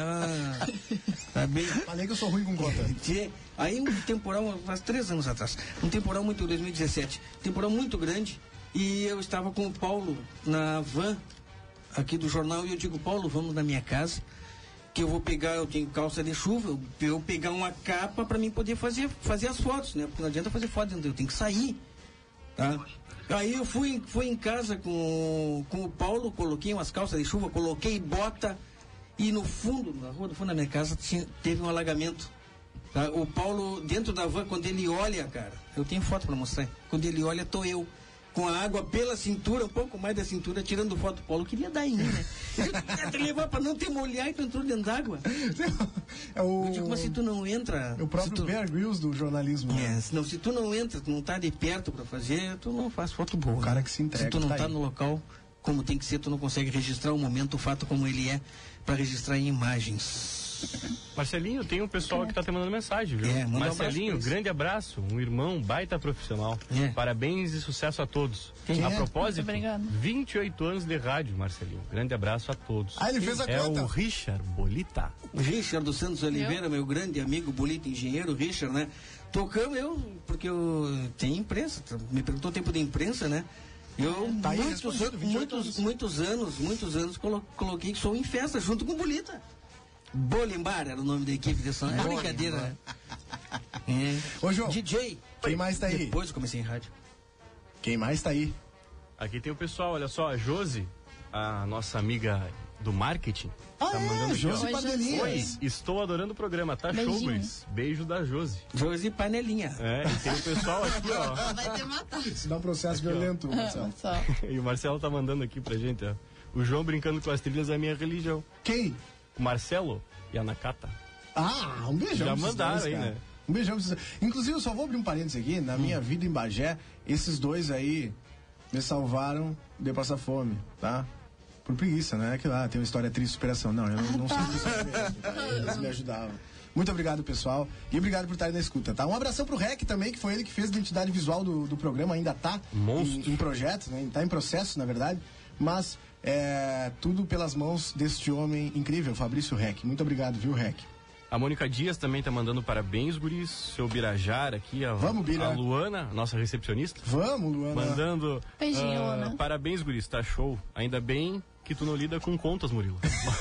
Tá bem. Falei que eu sou ruim com conta. Aí um temporal, faz 3 anos atrás, um temporal muito, 2017, temporal muito grande, e eu estava com o Paulo na van aqui do jornal, e eu digo, Paulo, vamos na minha casa, que eu vou pegar, eu tenho calça de chuva, eu pegar uma capa para mim poder fazer as fotos, né? Porque não adianta fazer foto, eu tenho que sair, tá? Aí eu fui em casa com o Paulo, coloquei umas calças de chuva, coloquei bota, e no fundo, na rua do fundo da minha casa, teve um alagamento. Tá? O Paulo, dentro da van, quando ele olha, cara, eu tenho foto para mostrar, quando ele olha, tô eu, com a água pela cintura, um pouco mais da cintura, tirando foto. O Paulo queria dar em mim, né? Eu ia te levar para não te molhar e tu entrou dentro d'água. Eu digo, mas se tu não entra... É o próprio Bear Grylls do jornalismo. Se tu não entra, tu não tá de perto para fazer, tu não faz foto boa. O cara que se entrega. Se tu não tá no local, como tem que ser, tu não consegue registrar o momento, o fato como ele é, para registrar em imagens. Marcelinho, tem um pessoal que tá te mandando mensagem, viu? Manda Marcelinho, um abraço grande abraço, um irmão baita profissional. Parabéns e sucesso a todos. A propósito, 28 anos de rádio, Marcelinho. Grande abraço a todos. Ele fez a conta. É o Richard Bolita. O Richard dos Santos Oliveira, meu grande amigo Bolita, engenheiro, Richard, né? Tocamos porque eu tenho imprensa, me perguntou o tempo de imprensa, né? Eu, muitos anos, coloquei que sou em festa junto com o Bolita. Bolimbar era o nome da equipe de som. É brincadeira, né? Ô, João. DJ. Quem mais tá aí? Depois eu comecei em rádio. Quem mais tá aí? Aqui tem o pessoal, olha só, a Josi, a nossa amiga do marketing. Tá mandando Josi Panelinha. Oi, estou adorando o programa, tá show, Luiz. Beijo da Josi. Josi Panelinha. E tem o pessoal aqui, ó. Vai ter matado. Isso dá um processo violento, Marcelo. E o Marcelo tá mandando aqui pra gente, ó. O João brincando com as trilhas é a minha religião. Quem? O Marcelo e a Nakata. Um beijão. Já mandaram dois, aí, né? Um beijão. Inclusive, eu só vou abrir um parênteses aqui. Na minha vida em Bagé, esses dois aí me salvaram de passar fome, tá? Por preguiça, né? Que lá tem uma história triste de superação. Não, eu não sou isso mesmo, tá? Eles me ajudavam. Muito obrigado, pessoal. E obrigado por estarem na escuta, tá? Um abração pro Rec também, que foi ele que fez a identidade visual do programa. Ainda tá em projeto, né? Tá em processo, na verdade. Mas tudo pelas mãos deste homem incrível, Fabrício Rec. Muito obrigado, viu, Rec? A Mônica Dias também tá mandando parabéns, guris. Seu Birajara aqui, Vamos, Bira. A Luana, nossa recepcionista. Vamos, Luana. Mandando beijinho, Luana. Parabéns, guris, tá show. Ainda bem que tu não lida com contas, Murilo.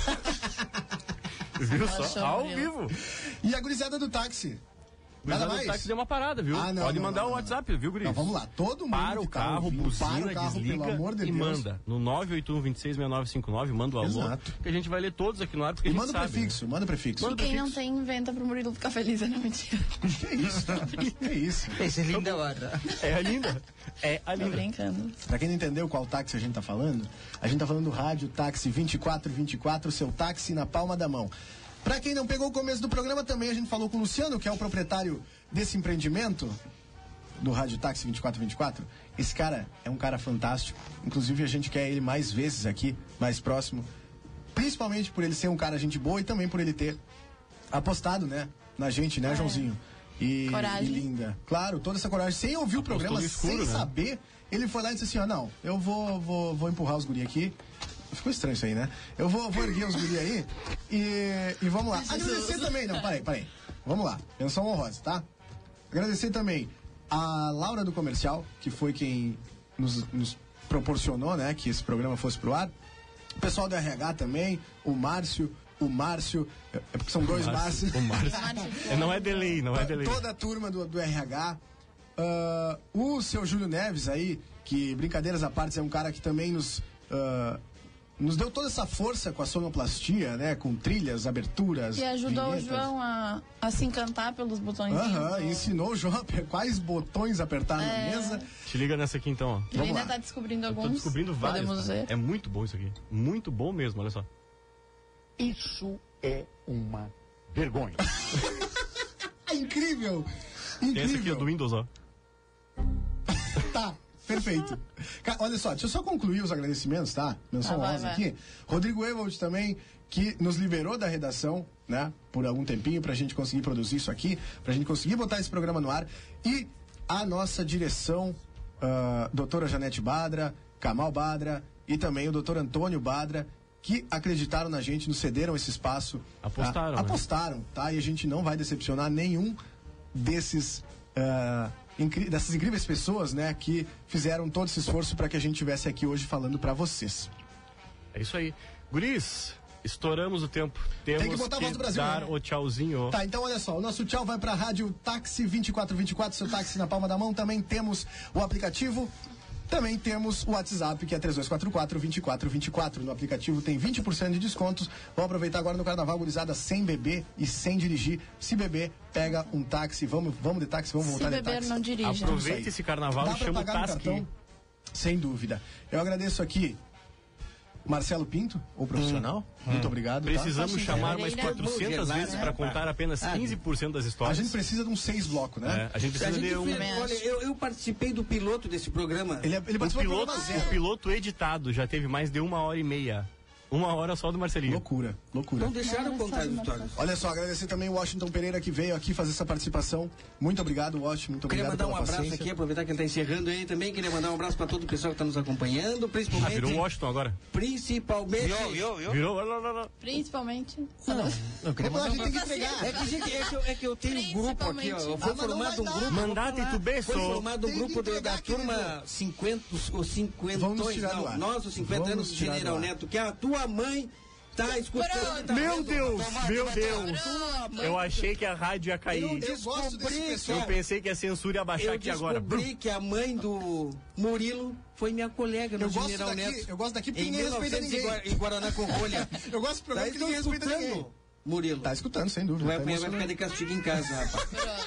Viu só? Ao vivo. E a gurizada do táxi? Nada mais? O táxi deu uma parada, viu? Pode mandar o WhatsApp, viu, Gris? Vamos lá, todo mundo para o carro, buzina, desliga pelo amor de Deus. Manda no 981-266959, manda o alô. Exato. Que a gente vai ler todos aqui no ar, porque a gente manda sabe, prefixo, né? Manda prefixo. E quem não tem, inventa pro Murilo ficar feliz, é não mentira. Que isso? Que isso? Essa é linda barra. É a linda. É a linda. Tô brincando. Pra quem não entendeu qual táxi a gente tá falando, a gente tá falando do rádio táxi 2424, seu táxi na palma da mão. Pra quem não pegou o começo do programa, também a gente falou com o Luciano, que é o proprietário desse empreendimento, do Rádio Táxi 2424. Esse cara é um cara fantástico. Inclusive, a gente quer ele mais vezes aqui, mais próximo. Principalmente por ele ser um cara gente boa e também por ele ter apostado, né, na gente, né, Joãozinho? Coragem. E linda. Claro, toda essa coragem. Sem ouvir o programa, escuro, sem né? saber, ele foi lá e disse assim, não, eu vou empurrar os guri aqui. Ficou estranho isso aí, né? Eu vou erguer os guri aí e vamos lá. Agradecer também, não, peraí. Vamos lá, menção honrosa, tá? Agradecer também a Laura do Comercial, que foi quem nos proporcionou, né, que esse programa fosse pro ar. O pessoal do RH também, o Márcio, é porque são dois Márcios. O Márcio. Não é delay, não é delay. Toda a turma do RH. O seu Júlio Neves aí, que, brincadeiras à parte, é um cara que também nos deu toda essa força com a sonoplastia, né? Com trilhas, aberturas. E ajudou vinhetas. o João a se encantar pelos botões. Ensinou o João quais botões apertar na mesa. Te liga nessa aqui então, ó. Ele ainda tá descobrindo alguns. Eu tô descobrindo vários. Podemos ver. É muito bom isso aqui. Muito bom mesmo, olha só. Isso é uma vergonha. Incrível! Tem essa aqui do Windows, ó. Tá. Perfeito. Olha só, deixa eu só concluir os agradecimentos, tá? Menção honrosa aqui. Rodrigo Ewald também, que nos liberou da redação, né? Por algum tempinho, pra gente conseguir produzir isso aqui, pra gente conseguir botar esse programa no ar. E a nossa direção, doutora Janete Badra, Kamal Badra e também o doutor Antônio Badra, que acreditaram na gente, nos cederam esse espaço. Apostaram. Apostaram, tá? E a gente não vai decepcionar nenhum desses... dessas incríveis pessoas, né, que fizeram todo esse esforço para que a gente estivesse aqui hoje falando para vocês. É isso aí. Guris, estouramos o tempo. Temos que botar a voz do Brasil, dar né? o tchauzinho. Tá, então olha só, o nosso tchau vai para a Rádio Táxi 2424, seu táxi na palma da mão. Também temos o aplicativo. Também temos o WhatsApp, que é 3244-2424. No aplicativo tem 20% de descontos. Vamos aproveitar agora no Carnaval, gurizada, sem beber e sem dirigir. Se beber, pega um táxi. Vamos de táxi, vamos voltar de táxi. Se beber, não dirija. Aproveite esse carnaval e chama o táxi. Sem dúvida. Eu agradeço aqui Marcelo Pinto, o profissional. Muito obrigado. Precisamos chamar mais 400 vezes para contar apenas 15% das histórias. A gente precisa de uns 6 blocos, né? A gente precisa de um... Olha, eu participei do piloto desse programa. Ele participou do o piloto editado já teve mais de 1h30. 1 hora só do Marcelinho. Loucura. Não deixaram contar as histórias. Olha só, agradecer também o Washington Pereira que veio aqui fazer essa participação. Muito obrigado, Washington. Muito Queria obrigado mandar um abraço aqui, aproveitar que ele está encerrando aí também. Queria mandar um abraço para todo o pessoal que está nos acompanhando, principalmente. Virou Washington agora. Principalmente. Virou. Principalmente. Não queria mandar. A gente tem que entregar. É que eu tenho um grupo aqui, ó. Eu fui formado um grupo. Mandate tu beijo. Foi formado um grupo da turma 50, os 50. Nós, os 50 anos de General Neto, que a tua mãe tá escutando. Meu Deus. Eu achei que a rádio ia cair. Eu gosto desse pessoal. Eu pensei que a censura ia baixar aqui agora. Eu descobri que a mãe do Murilo foi minha colega no General Neto. Eu gosto daqui porque ninguém respeita ninguém. Em Guaraná com Rolha. Eu gosto do programa que ninguém respeita ninguém. Murilo. Tá escutando, sem dúvida. Vai ficar de castigo em casa, rapaz.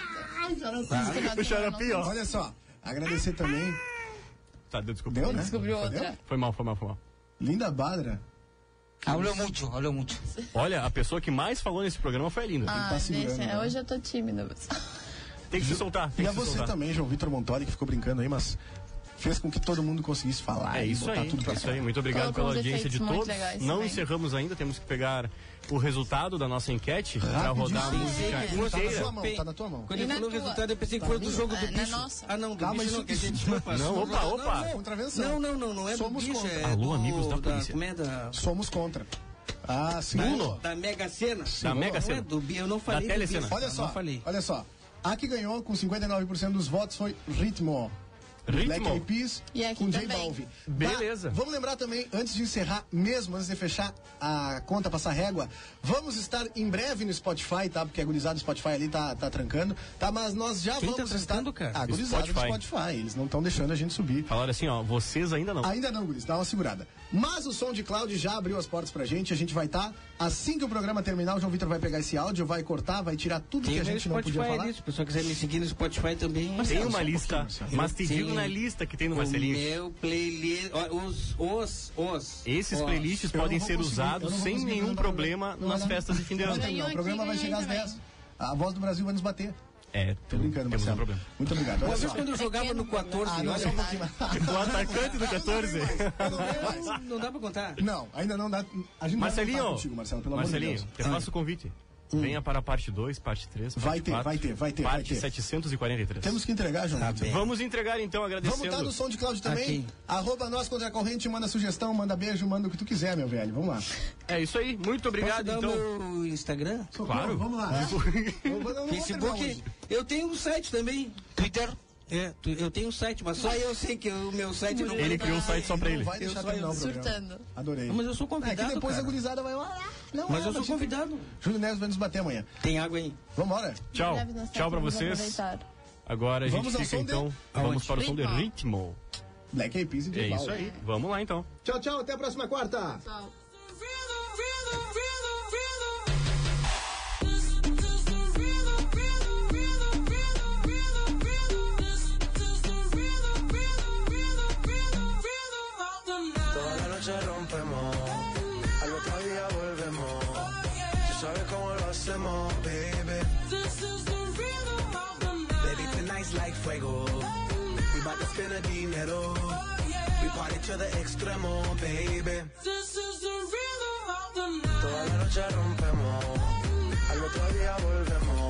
O xarope, ó. Olha só, agradecer também. Tá, desculpa. Deu, né? Descobriu outra. Foi mal. Linda Badra. Habló mucho. Olha, a pessoa que mais falou nesse programa foi a Linda. Né? Hoje eu tô tímida. Tem que se soltar. E a você também, João Vitor Montoli, que ficou brincando aí, mas fez com que todo mundo conseguisse falar. É isso aí. Tudo pra isso aí. Muito obrigado pela audiência de todos. Não também. Encerramos ainda, temos que pegar o resultado da nossa enquete para rodar a música inteira. Tá na tua mão. Quando ele falou o resultado, eu pensei que foi do jogo do bicho. Nossa. Não, do bicho não, que a gente não passou. Não, opa. Contravenção. Não é do bicho. Alô, amigos da polícia. Somos contra. Ah, sim. Da Mega Sena. Da Mega Sena. Eu não falei. Da Telecena. Olha só. A que ganhou com 59% dos votos foi Ritmo. Black Eyed Peas com J Balvin. Beleza. Vamos lembrar também, antes de encerrar, mesmo antes de fechar a conta, passar régua, vamos estar em breve no Spotify, tá? Porque a gurizada do Spotify ali tá trancando, tá? Mas nós já Quem vamos tá trancando, estar... cara? A gurizada do Spotify. Eles não estão deixando a gente subir. Falaram assim, ó, vocês ainda não. Ainda não, guris, dá uma segurada. Mas o SoundCloud já abriu as portas pra gente, a gente vai estar, assim que o programa terminar, o João Vitor vai pegar esse áudio, vai cortar, vai tirar tudo que a gente não podia falar. Se a pessoa quiser me seguir no Spotify também... Tem uma lista, mas te digo na lista que tem no Marcelinho. O meu playlist, Esses playlists podem ser usados sem nenhum problema nas festas de fim de ano. O programa vai chegar às 10. A Voz do Brasil vai nos bater. Tô brincando, temos Marcelo. um problema. Muito obrigado. Uma vez quando eu jogava no 14, olha, o atacante do 14. Não dá pra contar. Não, ainda não dá. A gente Marcelinho, vai contigo, Marcelo, pelo amor de Deus. Eu faço o convite. Venha para a parte 2, parte 3, parte 4. Vai ter. Parte 743. Temos que entregar, João. Vamos entregar então, agradecendo. Vamos estar no SoundCloud também. @nós contra a corrente, manda sugestão, manda beijo, manda o que tu quiser, meu velho. Vamos lá. É isso aí, muito obrigado. Posso dar então. o meu Instagram? Claro. Vamos lá. Facebook. Eu tenho um site também. Twitter. Eu tenho um site, mas só eu sei que o meu site não... Ele criou um site só pra ele. Não vai deixar terminar o programa. Surtando. Adorei. Mas eu sou convidado, que depois cara. a gurizada vai lá. Mas eu sou convidado. Júlio Neves vai nos bater amanhã. Tem água aí. Vambora. Tchau pra vocês. Agora a gente fica então. Vamos para o som de Ritmo. Black Eyed Peas e J Balvin. É isso aí. Vamos lá então. Tchau, até a próxima quarta. Tchau. Rompemos, al otro día volvemos. Tú sabes cómo lo hacemos, baby. Baby, tonight's like fuego. We bout to spend a dinero. We party to the extremo, baby. Toda la noche rompemos, al otro día volvemos.